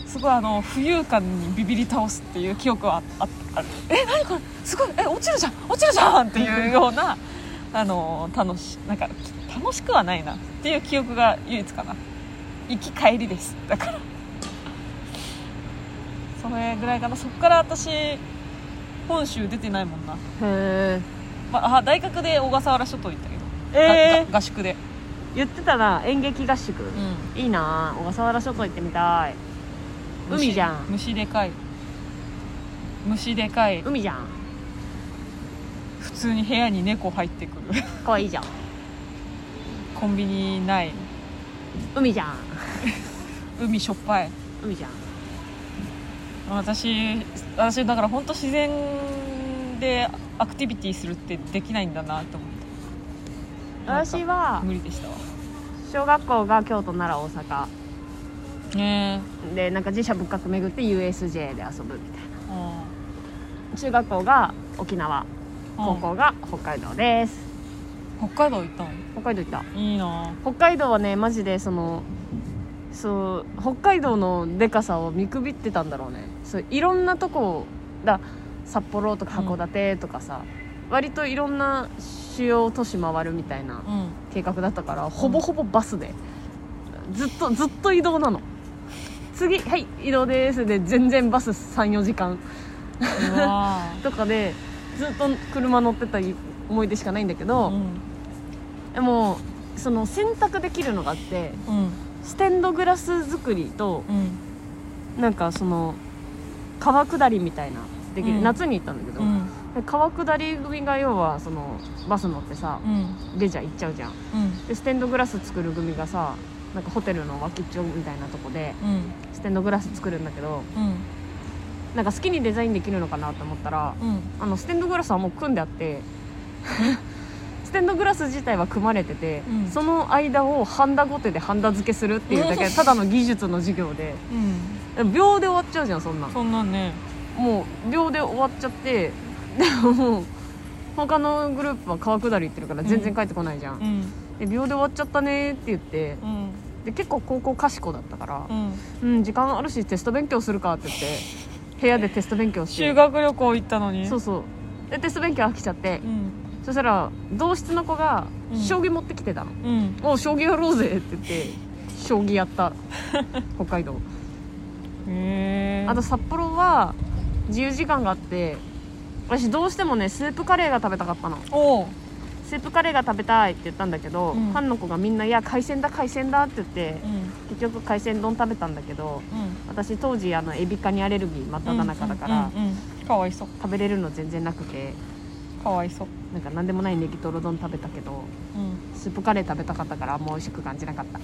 すごいあの浮遊感にビビり倒すっていう記憶は あ, あ, ある。え、何これすごい、え、落ちるじゃん落ちるじゃんっていうようなあの楽しなんか楽しくはないなっていう記憶が唯一かな。行き帰りです。だからそれぐらいかな。そっから私本州出てないもんな。へえ、 まあ、大学で小笠原諸島行ったけど、 えー、 合宿で言ってたな、演劇合宿、うん、いいな。小笠原諸島行ってみたい。海じゃん。 虫でかい虫でかい海じゃん。 普通に部屋に猫入ってくるかわいいじゃん。 コンビニない。 海じゃん海しょっぱい。 海じゃん。 私私だから本当自然でアクティビティするってできないんだなと思って。 私は無理でしたわ。 小学校が京都、奈良、大阪、 ね、 でなんか寺社仏閣巡って ユーエスジェー で遊ぶみたいな。中学校が沖縄、高校が北海道です。 北海道行ったの？ 北海道行った。 いいな。 北海道はねマジでそのそう北海道のでかさを見くびってたんだろうね。そういろんなとこだ、札幌とか函館とかさ、うん、割といろんな主要都市回るみたいな計画だったから、うん、ほぼほぼバスでずっとずっと移動なの。次はい移動ですで全然バス さん,よ 時間とかでずっと車乗ってた思い出しかないんだけど、うん、でもその選択できるのがあって、うん、 ステンドグラス作りと、 うん、 なんかその川下りみたいなできる、うん、夏に行ったんだけど、うん、川下り組が要はそのバス乗ってさ、うん、レジャー行っちゃうじゃん、うん、でステンドグラス作る組がさなんかホテルの脇っちょみたいなとこで、うん、ステンドグラス作るんだけど、うん、なんか好きにデザインできるのかなと思ったら、うん、あのステンドグラスはもう組んであってステンドグラス自体は組まれてて、うん、その間をハンダゴテでハンダ付けするっていうだけただの技術の授業で、うん、秒で終わっちゃうじゃんそんなんそんなんねもう秒で終わっちゃってでももう他のグループは川下り行ってるから全然帰ってこないじゃん、うん、で秒で終わっちゃったねって言って、うん、で結構高校賢だったから、うん、うん、時間あるしテスト勉強するかって言って部屋でテスト勉強して修学旅行行ったのにそうそうでテスト勉強飽きちゃって、うん、そしたら同室の子が将棋持ってきてたの、うん、おう将棋やろうぜって言って将棋やった北海道へーあと札幌は自由時間があって私どうしてもねスープカレーが食べたかったのおスープカレーが食べたいって言ったんだけど、うん、ファンの子がみんないや海鮮だ海鮮だって言って、うん、結局海鮮丼食べたんだけど、うん、私当時あのエビカニアレルギー真っ只中だから、 うんうんうんうん、かわいそう食べれるの全然なくてかわいそうなんか何でもないネギトロ丼食べたけど、うん、スープカレー食べたかったからあんま美味しく感じなかった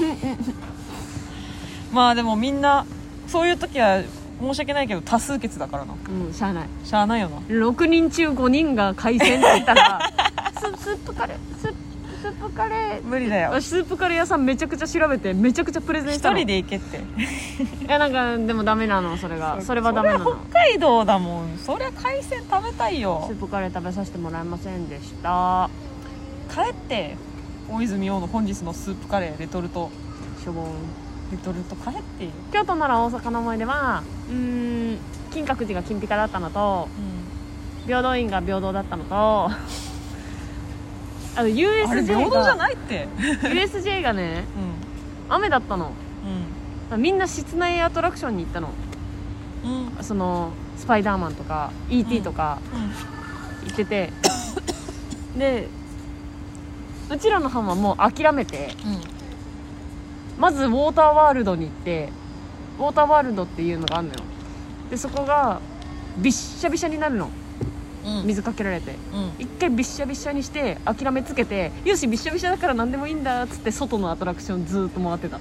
まあでもみんなそういう時は申し訳ないけど多数決だからなうんしゃあないしゃあないよなろくにん中ごにんが海鮮って言ったらス, スープカレースープスープカレー無理だよ私スープカレー屋さんめちゃくちゃ調べてめちゃくちゃプレゼンしたの一人で行けっていやなんかでもダメなのそれが そ, それはダメなのそれは北海道だもんそりゃ海鮮食べたいよスープカレー食べさせてもらえませんでした帰って大泉洋の本日のスープカレーレトルトしょぼんレトルト帰って京都なら大阪の思い出はうーん金閣寺が金ピカだったのと、うん、平等院が平等だったのとあの ユーエスジェー があれ平等じゃないってユーエスジェー がね、うん、雨だったの、うん、みんな室内アトラクションに行ったの、うん、そのスパイダーマンとか イーティー とか行ってて、うん、でうちらの班はもう諦めて、うん、まずウォーターワールドに行ってウォーターワールドっていうのがあるのよでそこがびっしゃびしゃになるの、うん、水かけられて、うん、一回びっしゃびしゃにして諦めつけてよしびっしゃびしゃだから何でもいいんだっつって外のアトラクションずっと回ってた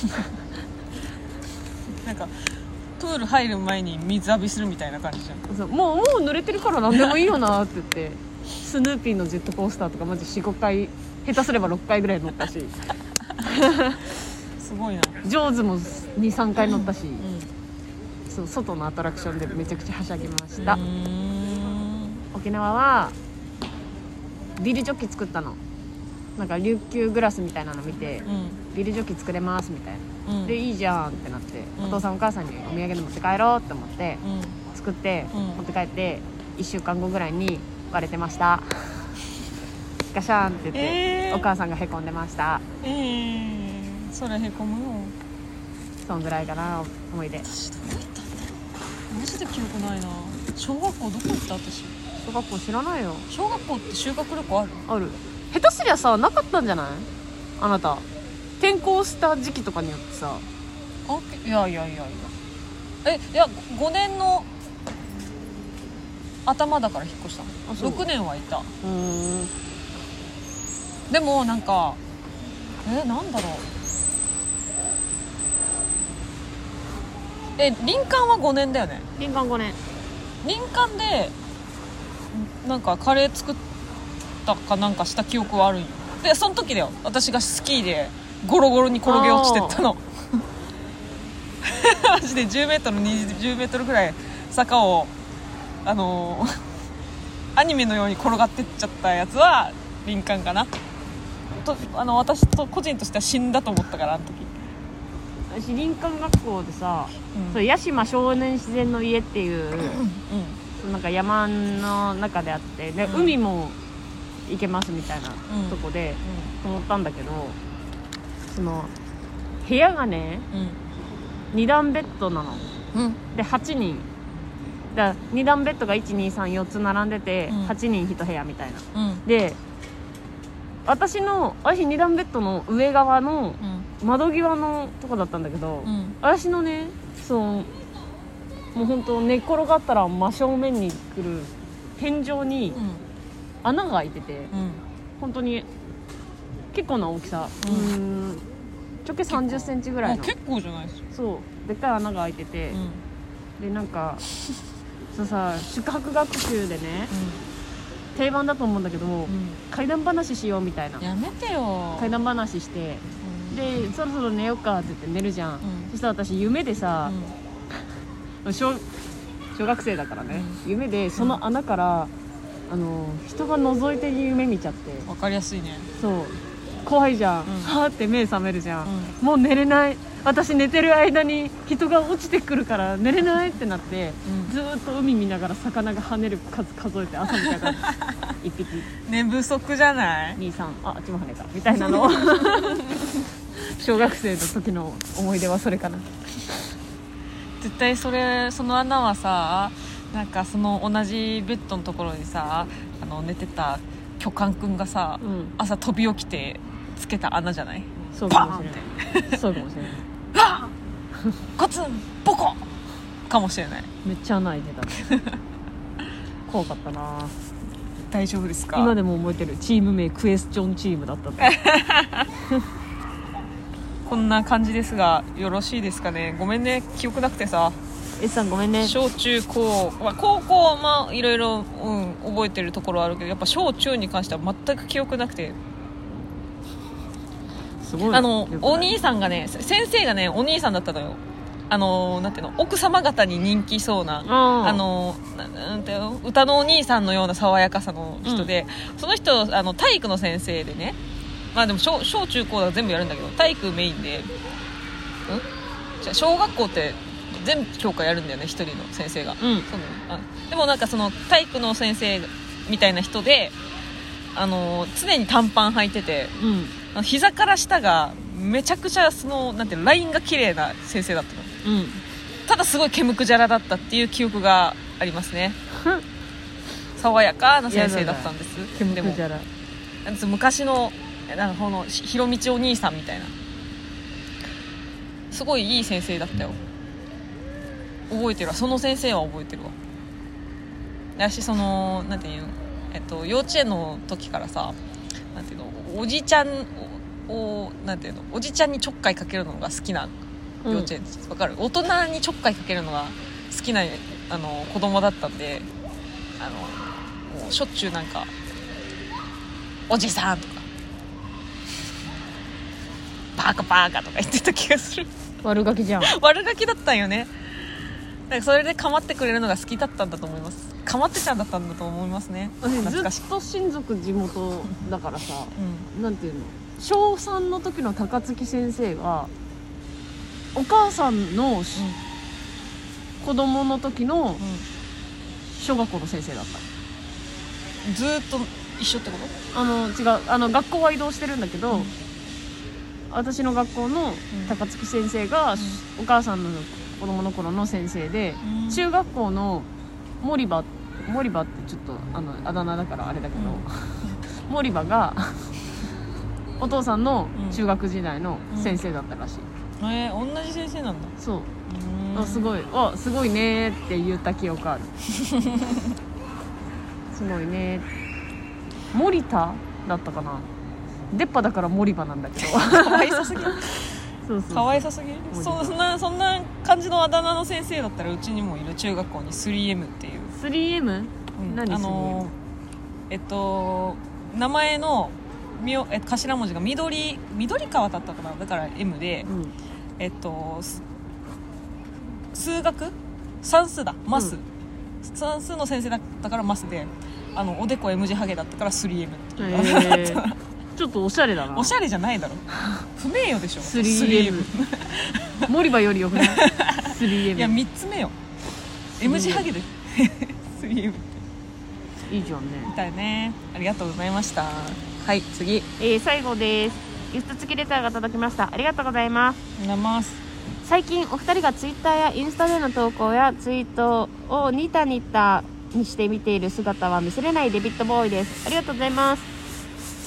なんかプール入る前に水浴びするみたいな感じじゃんそうもうもう濡れてるから何でもいいよなって言ってスヌーピーのジェットコースターとかマジ よん,ご 回下手すればろっかいぐらい乗ったしすごいなジョーズも に,さん 回乗ったし、うんうんそう外のアトラクションでめちゃくちゃはしゃぎましたうーん沖縄はビールジョッキ作ったのなんか琉球グラスみたいなの見て、うん、ビールジョッキ作れますみたいな、うん、でいいじゃんってなって、うん、お父さんお母さんにお土産で持って帰ろうって思って、うん、作って、うん、持って帰っていっしゅうかんごぐらいに割れてましたガシャンって言って、えー、お母さんがへこんでましたえー、それへこむよそんぐらいかな思い出私どこ行ったんだろうマジで記憶ないな小学校どこ行った私小学校知らないよ小学校って修学旅行あるある下手すりゃさなかったんじゃないあなた転校した時期とかによってさあいやいやいやいやえいやごねんの頭だから引っ越したのろくねんはいたうーんでもなんかえなんだろうえ林間はごねんだよね林間ごねん林間でなんかカレー作ったかなんかした記憶はあるんよでその時だよ私がスキーでゴロゴロに転げ落ちてったのマジでじゅうメートルにじゅうメートルぐらい坂をあのー、アニメのように転がってっちゃったやつは林間かなとあの私と個人としては死んだと思ったからあの時私林間学校でさ、うん、そう屋島少年自然の家っていう、うん、なんか山の中であってで、うん、海も行けますみたいなとこで思ったんだけど、その部屋がね、うん、に段ベッドなの、うん、ではちにんだに段ベッドがいちにさんよっつ並んでて、うん、はちにんいち部屋みたいな、うん、で私の私に段ベッドの上側の窓際のとこだったんだけど、 うん、 私のねそうもう本当寝っ転がったら真正面に来る天井に穴が開いてて、うん、本当に結構な大きさ、うん、うーん直径さんじゅっセンチぐらいの結構じゃないですか。 そうでっかい穴が開いてて、うん、でなんかそうさ宿泊学習でね、うん、定番だと思うんだけど、うん、怪談話しようみたいな。 やめてよ。 怪談話して、うん、でそろそろ寝ようかって言って寝るじゃん、うん、そしたら私夢でさ、うん、小, 小学生だからね、うん、夢でその穴から、うん、あの人が覗いてる夢見ちゃって。 わかりやすいね。 そう怖いじゃん、うん、はーって目覚めるじゃん、うん、もう寝れない、私寝てる間に人が落ちてくるから寝れないってなって、うん、ずーっと海見ながら魚が跳ねる数数えて朝みたいないっぴき寝不足じゃない。 にさんああっちも跳ねたみたいなのを小学生の時の思い出はそれかな。 絶対それその穴はさ、なんかその同じベッドのところにさあの寝てた巨漢くんがさ、うん、朝飛び起きてつけた穴じゃない。 そうかもしれないそうかもしれないはっコツンボコかもしれない。 めっちゃ穴開いてたね怖かったな。 大丈夫ですか。 今でも覚えてる。チーム名クエスチョンチームだったってこんな感じですがよろしいですかね。ごめんね記憶なくてさ。 S さんごめんね。 小中高、まあ、高校まあいろいろ、うん、覚えてるところはあるけどやっぱ小中に関しては全く記憶なくて。 すごい。 あのお兄さんがね先生がねお兄さんだったのよ。あのなんていうの奥様方に人気そうなあのなんていうの歌のお兄さんのような爽やかさの人で、うん、その人あの体育の先生でね。まあでも 小, 小中高だ全部やるんだけど体育メインで、んじゃ小学校って全部教科やるんだよね一人の先生が、うん、そうね、あでもなんかその体育の先生みたいな人であの常に短パン履いてて、うん、膝から下がめちゃくちゃそのなんていうのラインが綺麗な先生だったの、うん、ただすごい毛むくじゃらだったっていう記憶がありますね爽やかな先生だったんです。 毛むくじゃらでも昔のなんかこのひろみちお兄さんみたいなすごいいい先生だったよ。覚えてるわ。その先生は覚えてるわ。私そのなんていうの、えっと、幼稚園の時からさなんていうのおじちゃんをなんていうのおじちゃんにちょっかいかけるのが好きな幼稚園です、うん、わかる。大人にちょっかいかけるのが好きなあの子供だったんであのもうしょっちゅうなんかおじさんとかバカバカとか言ってた気がする。 悪ガキじゃん。 悪ガキだったんよね。だからそれで構ってくれるのが好きだったんだと思います。構ってちゃんだったんだと思いますね。 ずっと親族地元だからさ、うん、なんていうの小さんの時の高槻先生がお母さんの、うん、子供の時の小学校の先生だった。 ずっと一緒ってこと？ あの違うあの学校は移動してるんだけど、うん、私の学校の高槻先生が、うん、お母さんの子供の頃の先生で、うん、中学校の森場森場ってちょっとあのあだ名だからあれだけど、うん、森場がお父さんの中学時代の先生だったらしい、 うん、えー、同じ先生なんだ。 そう、うん、あすごいあすごいねって言った記憶あるすごいね森田だったかな。出っ歯だから森場なんだけどかわいさすぎるそうそうそうかわいさすぎる。そんなそんな感じのあだ名の先生だったらうちにもいる。中学校に スリーエム っていうスリーエム？ うん、何 スリーエム？ あのえっと名前のみおえ頭文字が緑緑川だったかな。だから M で、うん、えっと数学算数だマス、うん、算数の先生だったからマスであのおでこ M 字ハゲだったから スリーエム っていう、えーちょっとおしゃれだな。 おしゃれじゃないだろ不名誉でしょスリーエム 森場よりよくないスリーエムいやみっつめよ M 字ハゲでスリーエムいいじゃんね。 みたいね。ありがとうございました。はい次、 えー、最後です。ギフト付きレターが届きました。ありがとうございます。 ありがとうございます。 最近お二人がツイッターやインスタでの投稿やツイートをニタニタにして見ている姿は見せれないデビッドボーイです。ありがとうございます。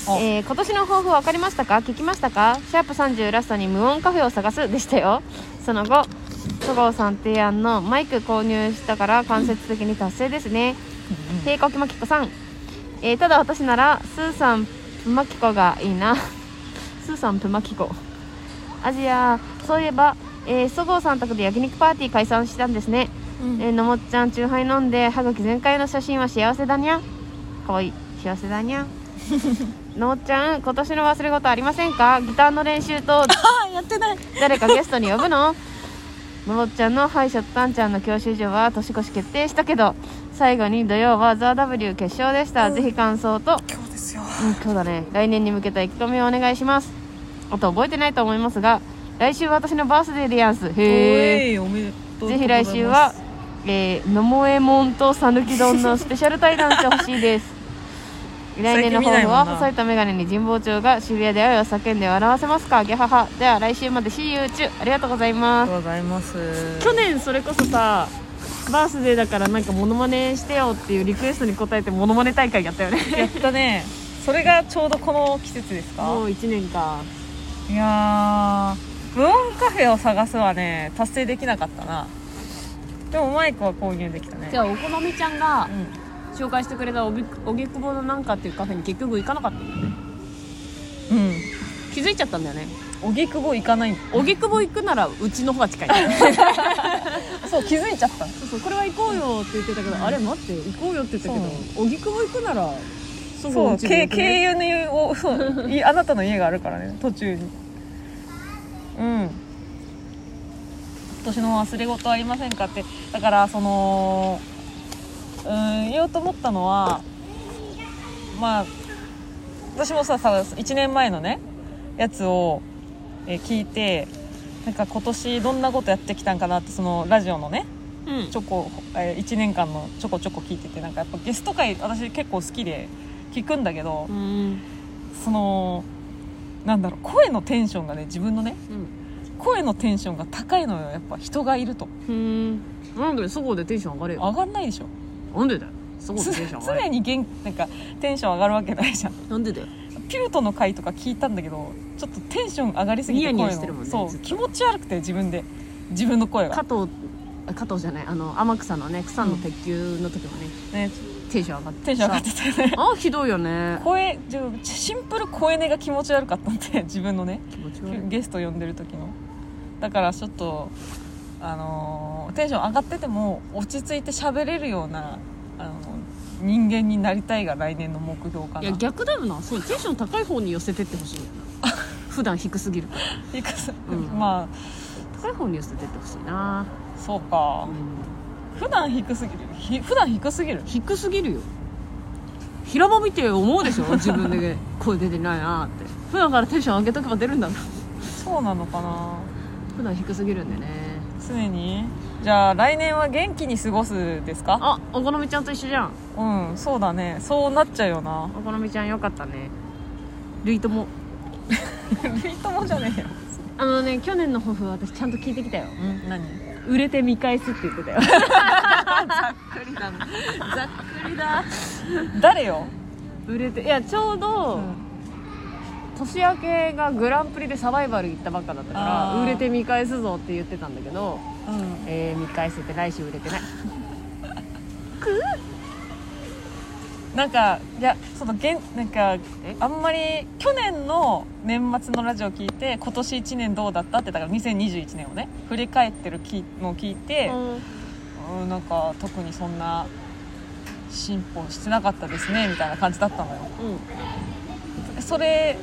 えー、今年の抱負分かりましたか？聞きましたか？シャープさんじゅうラストに無音カフェを探すでしたよ。その後戸郷さん提案のマイク購入したから間接的に達成ですね。平子きまきこさん、えー、ただ私ならスーさんプマキコがいいな。スーさんプマキコアジア。そういえば、えー、戸郷さん宅で焼肉パーティー解散したんですね。うん、えー、のもっちゃんチューハイ飲んで歯茎全開の写真は幸せだにゃ。かわいい、幸せだにゃ。のもっちゃん今年の忘れ事ありませんか？ギターの練習とやってない。 誰かゲストに呼ぶの？のもっちゃんの歯医者とたんちゃんの教習所は年越し決定したけど、最後に土曜はザ・ W 決勝でした、うん、ぜひ感想と今日ですよ、 うん、今日だね。来年に向けた意気込みをお願いします。あと覚えてないと思いますが来週は私のバースデーでやんす。へえ、 おめでとうございます。 ぜひ来週は、えー、のもえもんとさぬき丼のスペシャル対談してほしいです。来年の抱負は細いとメガネに神保町が渋谷で愛を叫んで笑わせますか？ギャハハ。では来週まで See you 中。ありがとうございます。 ありがとうございます。 去年それこそさバースデーだからなんかモノマネしてよっていうリクエストに応えてモノマネ大会やったよね。 やったね。それがちょうどこの季節ですか？ もういちねんか。 いやー無音カフェを探すはね達成できなかったな。でもマイクは購入できたね。 じゃあお好みちゃんが、うん、紹介してくれたおぎくぼのなんかっていうカフェに結局行かなかったんだよね。うん、気づいちゃったんだよね。 おぎくぼ行かない。 おぎくぼ行くならうちの方が近い。 そう気づいちゃった。そうそうこれは行こうよって言ってたけど、うん、あれ待って行こうよって言ったけどおぎくぼ行くならそうそう、経由のそうあなたの家があるからね途中に。うん。今年の忘れ事ありませんかって。だからそのうん言おうと思ったのはまあ私もささいちねんまえのねやつを、えー、聞いてなんか今年どんなことやってきたんかなってそのラジオのね、うん、ちょこ、えー、いちねんかんのちょこちょこ聞いててなんかやっぱゲスト会私結構好きで聞くんだけど、うん、そのなんだろう声のテンションがね自分のね、うん、声のテンションが高いのよやっぱ人がいると。うーんなんでそこでテンション上がれよ。上がんないでしょ。なんでだよ。そこでテンション上がれ。常に元なんかテンション上がるわけないじゃん。なんでだよ。ピュートの回とか聞いたんだけどちょっとテンション上がりすぎて声のニヤニヤしてるもんね。そう気持ち悪くて自分で自分の声が加藤加藤じゃないあの天草のね草の鉄球の時もね、うん、ねテンション上がってテンション上がってたよね。あひどいよね。声シンプル声音が気持ち悪かったんで自分のね気持ち悪いゲスト呼んでる時のだからちょっとあのー、テンション上がってても落ち着いて喋れるようなあの人間になりたいが来年の目標かな。いや逆だよな。そうテンション高い方に寄せてってほしいんだよな。普段低すぎるから低す、うん、まあ高い方に寄せてってほしいな。そうか、うん、普段低すぎるひ普段低すぎる低すぎるよ。平場見て思うでしょ自分で声出てないなって。普段からテンション上げとけば出るんだろ。そうなのかな。普段低すぎるんでね常に。じゃあ来年は元気に過ごすですか？あお好みちゃんと一緒じゃん。うんそうだねそうなっちゃうよな。お好みちゃんよかったね。ルイともルイともじゃねえよ。あのね去年の抱負私ちゃんと聞いてきたよ。ん何？売れて見返すって言ってたよ。ざっくりだな。ざっくりだ。誰よ？売れていやちょうど、うん年明けがグランプリでサバイバル行ったばっかだったから売れて見返すぞって言ってたんだけど、うんえー、見返せて来週売れてないくなんかいやそのげんなんかあんまり去年の年末のラジオ聞いて今年いちねんどうだったってだからにせんにじゅういちねんをね振り返ってるのを聞いて、うん、なんか特にそんな進歩してなかったですねみたいな感じだったのよ、うん、それ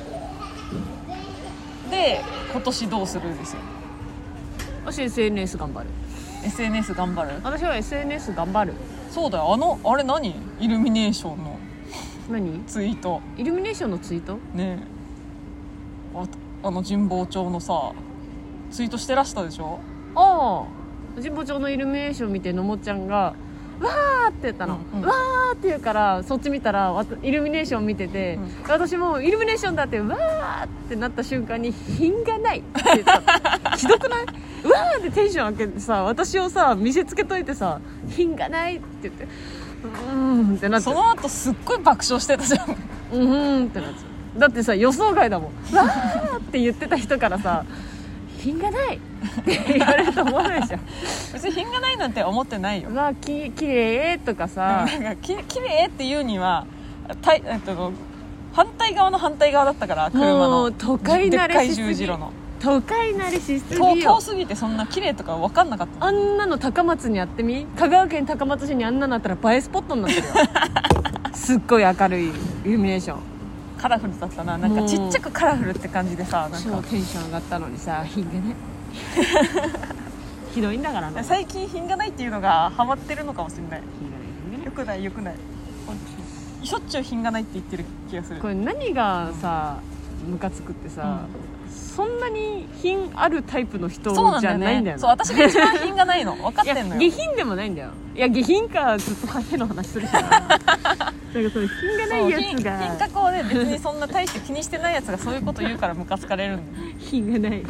で今年どうするんですよ。私 エスエヌエス 頑張る。 エスエヌエス 頑張る。私は エスエヌエス 頑張る。そうだよあのあれ何イルミネーションの何ツイートイルミネーションのツイートねえ あ, あの神保町のさツイートしてらしたでしょ。ああ神保町のイルミネーション見てのもちゃんがわーって言ったの、うんうん、わーって言うからそっち見たらイルミネーション見てて、うん、私もイルミネーションだってわーってなった瞬間に品がないって言ったひどくない？わーってテンション上げてさ私をさ見せつけといてさ品がないって言ってうーんってなってその後すっごい爆笑してたじゃんうーんってなっちゃうだってさ予想外だもん。わーって言ってた人からさ品がないって言われると思わないでしょ。 別に品がないなんて思ってないよ。 うわききれいとかさ、 なんかききれいっていうにはたい、えっと、反対側の反対側だったから、車のもう都会慣れしすぎ、 でっかい十字路の都会慣れしすぎ遠よ。 遠すぎてそんな綺麗とか分かんなかった。 あんなの高松にやってみ。香川県高松市にあんなのあったら映えスポットになってるよすっごい明るいイルミネーション、 カラフルだったな。なんかちっちゃくカラフルって感じでさ、なんか超テンション上がったのにさ品がねひどいんだからな。 最近品がないっていうのがハマってるのかもしれない。 品がない品がないよくないよくない。しょっちゅう品がないって言ってる気がする。 これ何がさムカつくってさ、うん、そんなに品あるタイプの人じゃないんだよね。 そう、私が一番品がないの分かってんのよ。 いや下品でもないんだよ。いや下品かずっと変の話するしななんかそれ品がないやつが品格をね別にそんな大して気にしてないやつがそういうこと言うからムカつかれるんだよ品がないうん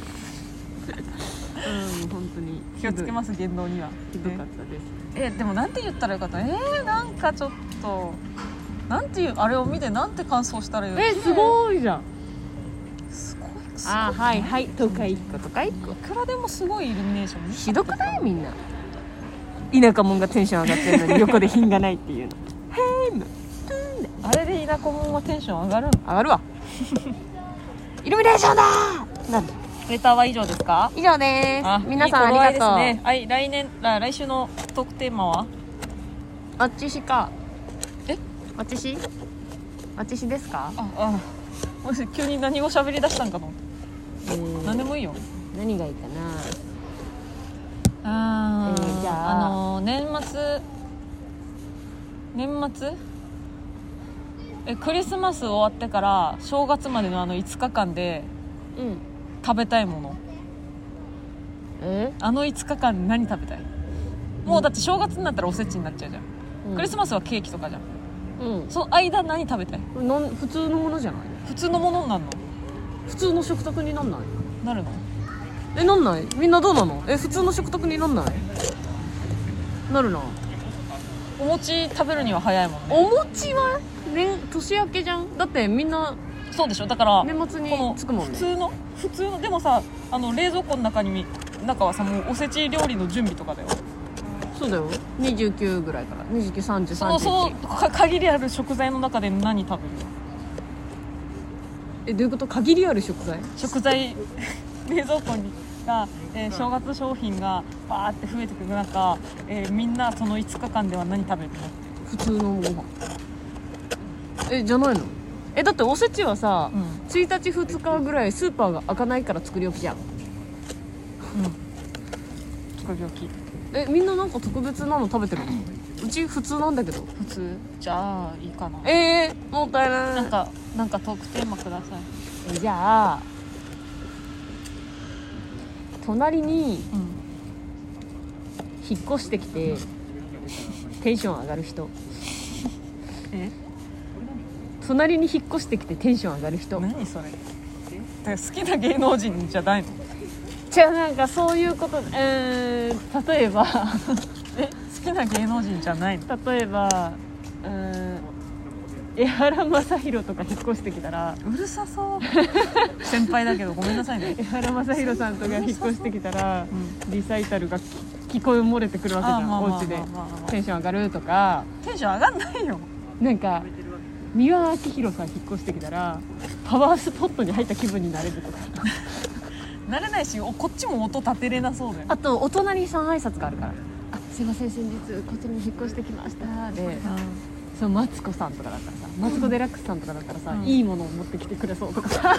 本当に気をつけます。言動にはひどかったです、 ね、えでもなんて言ったらよかった。えー、なんかちょっとなんていうあれを見てなんて感想したらいいの。 えすごいじゃん。 すごいすごい。 あはいはい都会一個都会一個いくらでもすごいイルミネーションひどくないみんな。田舎者がテンション上がってるのに横で品がないっていうのへーむあれで田舎者はテンション上がるの。 上がるわイルミネーションだーなんだ。 レターは以上ですか。 以上であす。皆さんありがとう。 いい頃合いですね。はい、来年あ来週のトークテーマはあっちしかえあっちしあっちしですか。 ああもし急に何を喋り出したんかと思って。 えー、 何でもいいよ。 何がいいかな。 あ、 えー、じゃあ、 あのー、年末年末えクリスマス終わってから正月までのあのいつかかんでうん食べたいもの。 えあのいつかかん何食べたい。もうだって正月になったらおせちになっちゃうじゃん、うん、クリスマスはケーキとかじゃん。うん、その間何食べたい。 なん普通のものじゃない。 普通のものになるの。 普通の食卓になんない。 なるの。 えなんない。みんなどうなの。え普通の食卓になんない。なるな。 お餅食べるには早いもんね。 お餅は年年明けじゃん。だってみんなそうでしょ。だから年末につくもんね。 普通の普通のでもさ、あの冷蔵庫の中に中はさもうおせち料理の準備とかだよ。 そうだよ。にじゅうきゅうぐらいからにじゅうきゅう、さんじゅう、さんじゅういち。 そのそのか限りある食材の中で何食べる。 えどういうこと。限りある食材食材冷蔵庫にが、えー、正月商品がバーって増えてくる中、えー、みんなそのいつかかんでは何食べるの。 普通のご飯。えじゃないの。えだっておせちはさ、うん、ついたちふつかぐらいスーパーが開かないから作り置きじゃん。うん作り置き。 えみんななんか特別なの食べてるの。うち普通なんだけど。 普通じゃあいいかな。 えー、もったいない。 なんかなんかトークテーマください。 えじゃあ隣に引っ越してきてテンション上がる人。 え隣に引っ越してきてテンション上がる人。 何それ。好きな芸能人じゃないの。 じゃあなんかそういうこと、えー、例えばえ好きな芸能人じゃないの。 例えばうーん江原正宏とか引っ越してきたらうるさそう先輩だけどごめんなさいね。 江原正宏さんとか引っ越してきたら、うん、リサイタルが聞こえ漏れてくるわけじゃん。お家でテンション上がるとか。 テンション上がんないよ。 なんか三輪明宏さん引っ越してきたらパワースポットに入った気分になれるとかなれないしこっちも音立てれなそうだよ。 あとお隣さん挨拶があるから、あすいません先日こっちに引っ越してきましたで、うん、そのマツコさんとかだったらさ、マツコデラックスさんとかだったらさ、うん、いいものを持ってきてくれそうとかさ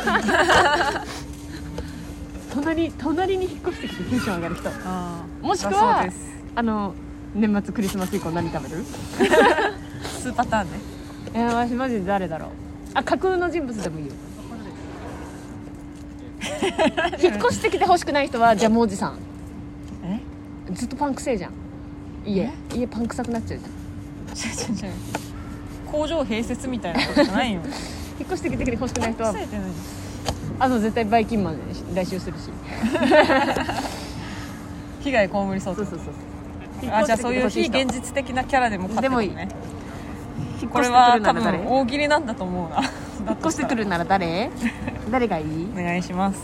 隣, 隣に引っ越してきてテンション上がる人。あもしくはあの年末クリスマス以降何食べる数パターンね。 えー、私マジで誰だろう。あ架空の人物でもいいよ引っ越してきてほしくない人はジャムおじさん。えずっとパンクせえじゃん。家家パン臭くなっちゃうじゃん。 違う違う違う工場併設みたいなことじゃないよ引っ越してきてほしくない人はあと絶対バイキンマンで来週するし被害被りそう。 そうそうそうそう。 あじゃあそういう非現実的なキャラでも勝ってるね。 でもいい。 これは多分大喜利なんだと思うな引っ越してくるなら誰誰がいい？ お願いします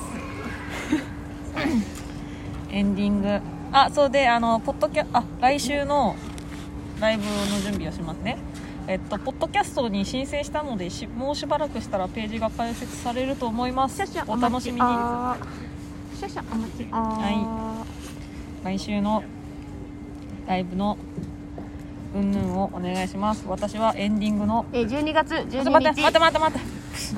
エンディング、あ、そうで、あのポッドキャあ来週のライブの準備をしますね。えっとポッドキャストに申請したのでしもうしばらくしたらページが開設されると思います。お楽しみに。 少々お待ち。 はい、来週のライブのうんぬんをお願いします。私はエンディングのえじゅうにがつじゅうににち、 待って待って待って待って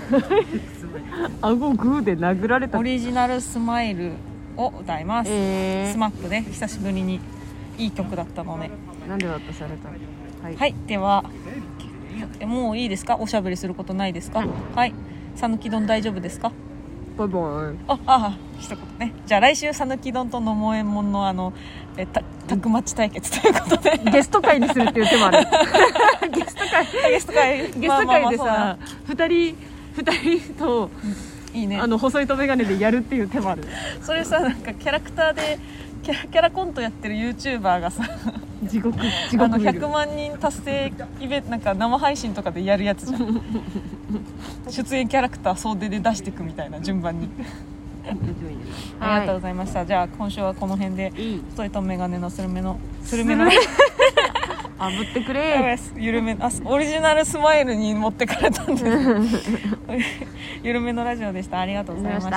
顎グーで殴られた。 オリジナルスマイルを歌います、 えー、 スマップで久しぶりにいい曲だったので。 なんで渡されたの？はい、 はい、ではもういいですか？おしゃべりすることないですか？うん、はい、さぬき丼大丈夫ですか？ バイバイ。 ああ一言ね。じゃあ来週さぬき丼とのもえもんのあのえたタクマッチ対決ということでゲスト会にするっていう手もあるゲスト会ゲスト会ゲスト会でさ二人二人と、 うん、いいね、あの細いとメガネでやるっていう手もある。 それさ、なんかキャラクターでキャ ラ, キャラコントやってる YouTuber がさ地獄地獄あのひゃくまんにん達成イベントなんか生配信とかでやるやつじゃん出演キャラクター総出で出していくみたいな順番にありがとうございました、はい、じゃあ今週はこの辺で太いとメガネのスルメのスルメのあぶってくれ。 緩めあオリジナルスマイルに持ってかれたんで緩めのラジオでした。ありがとうございました。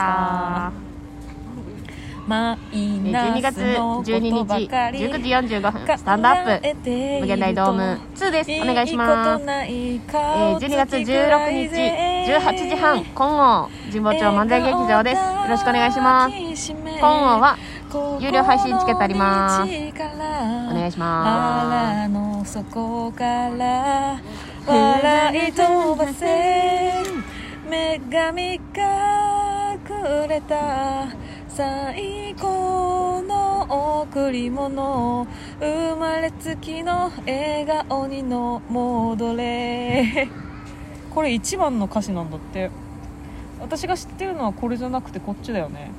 マイナスのことばかりじゅうくじよんじゅうごふんスタンドアップ無限大ドームツーです。お願いします。えー、じゅうにがつじゅうろくにちじゅうはちじはん金剛神保町漫才劇場です。よろしくお願いします。金剛は有料配信チケットあります。お願いします。 腹の底から笑い飛ばせ女神がくれた最高の贈り物生まれつきの笑顔にの戻れこれ一番の歌詞なんだって。私が知ってるのはこれじゃなくてこっちだよね。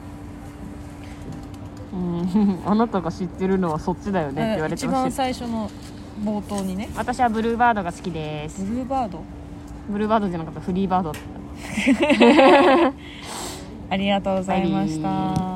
うんあなたが知ってるのはそっちだよねって言われてました。 一番最初の冒頭にね。 私はブルーバードが好きです。 ブルーバードブルーバードじゃなかったフリーバードありがとうございました。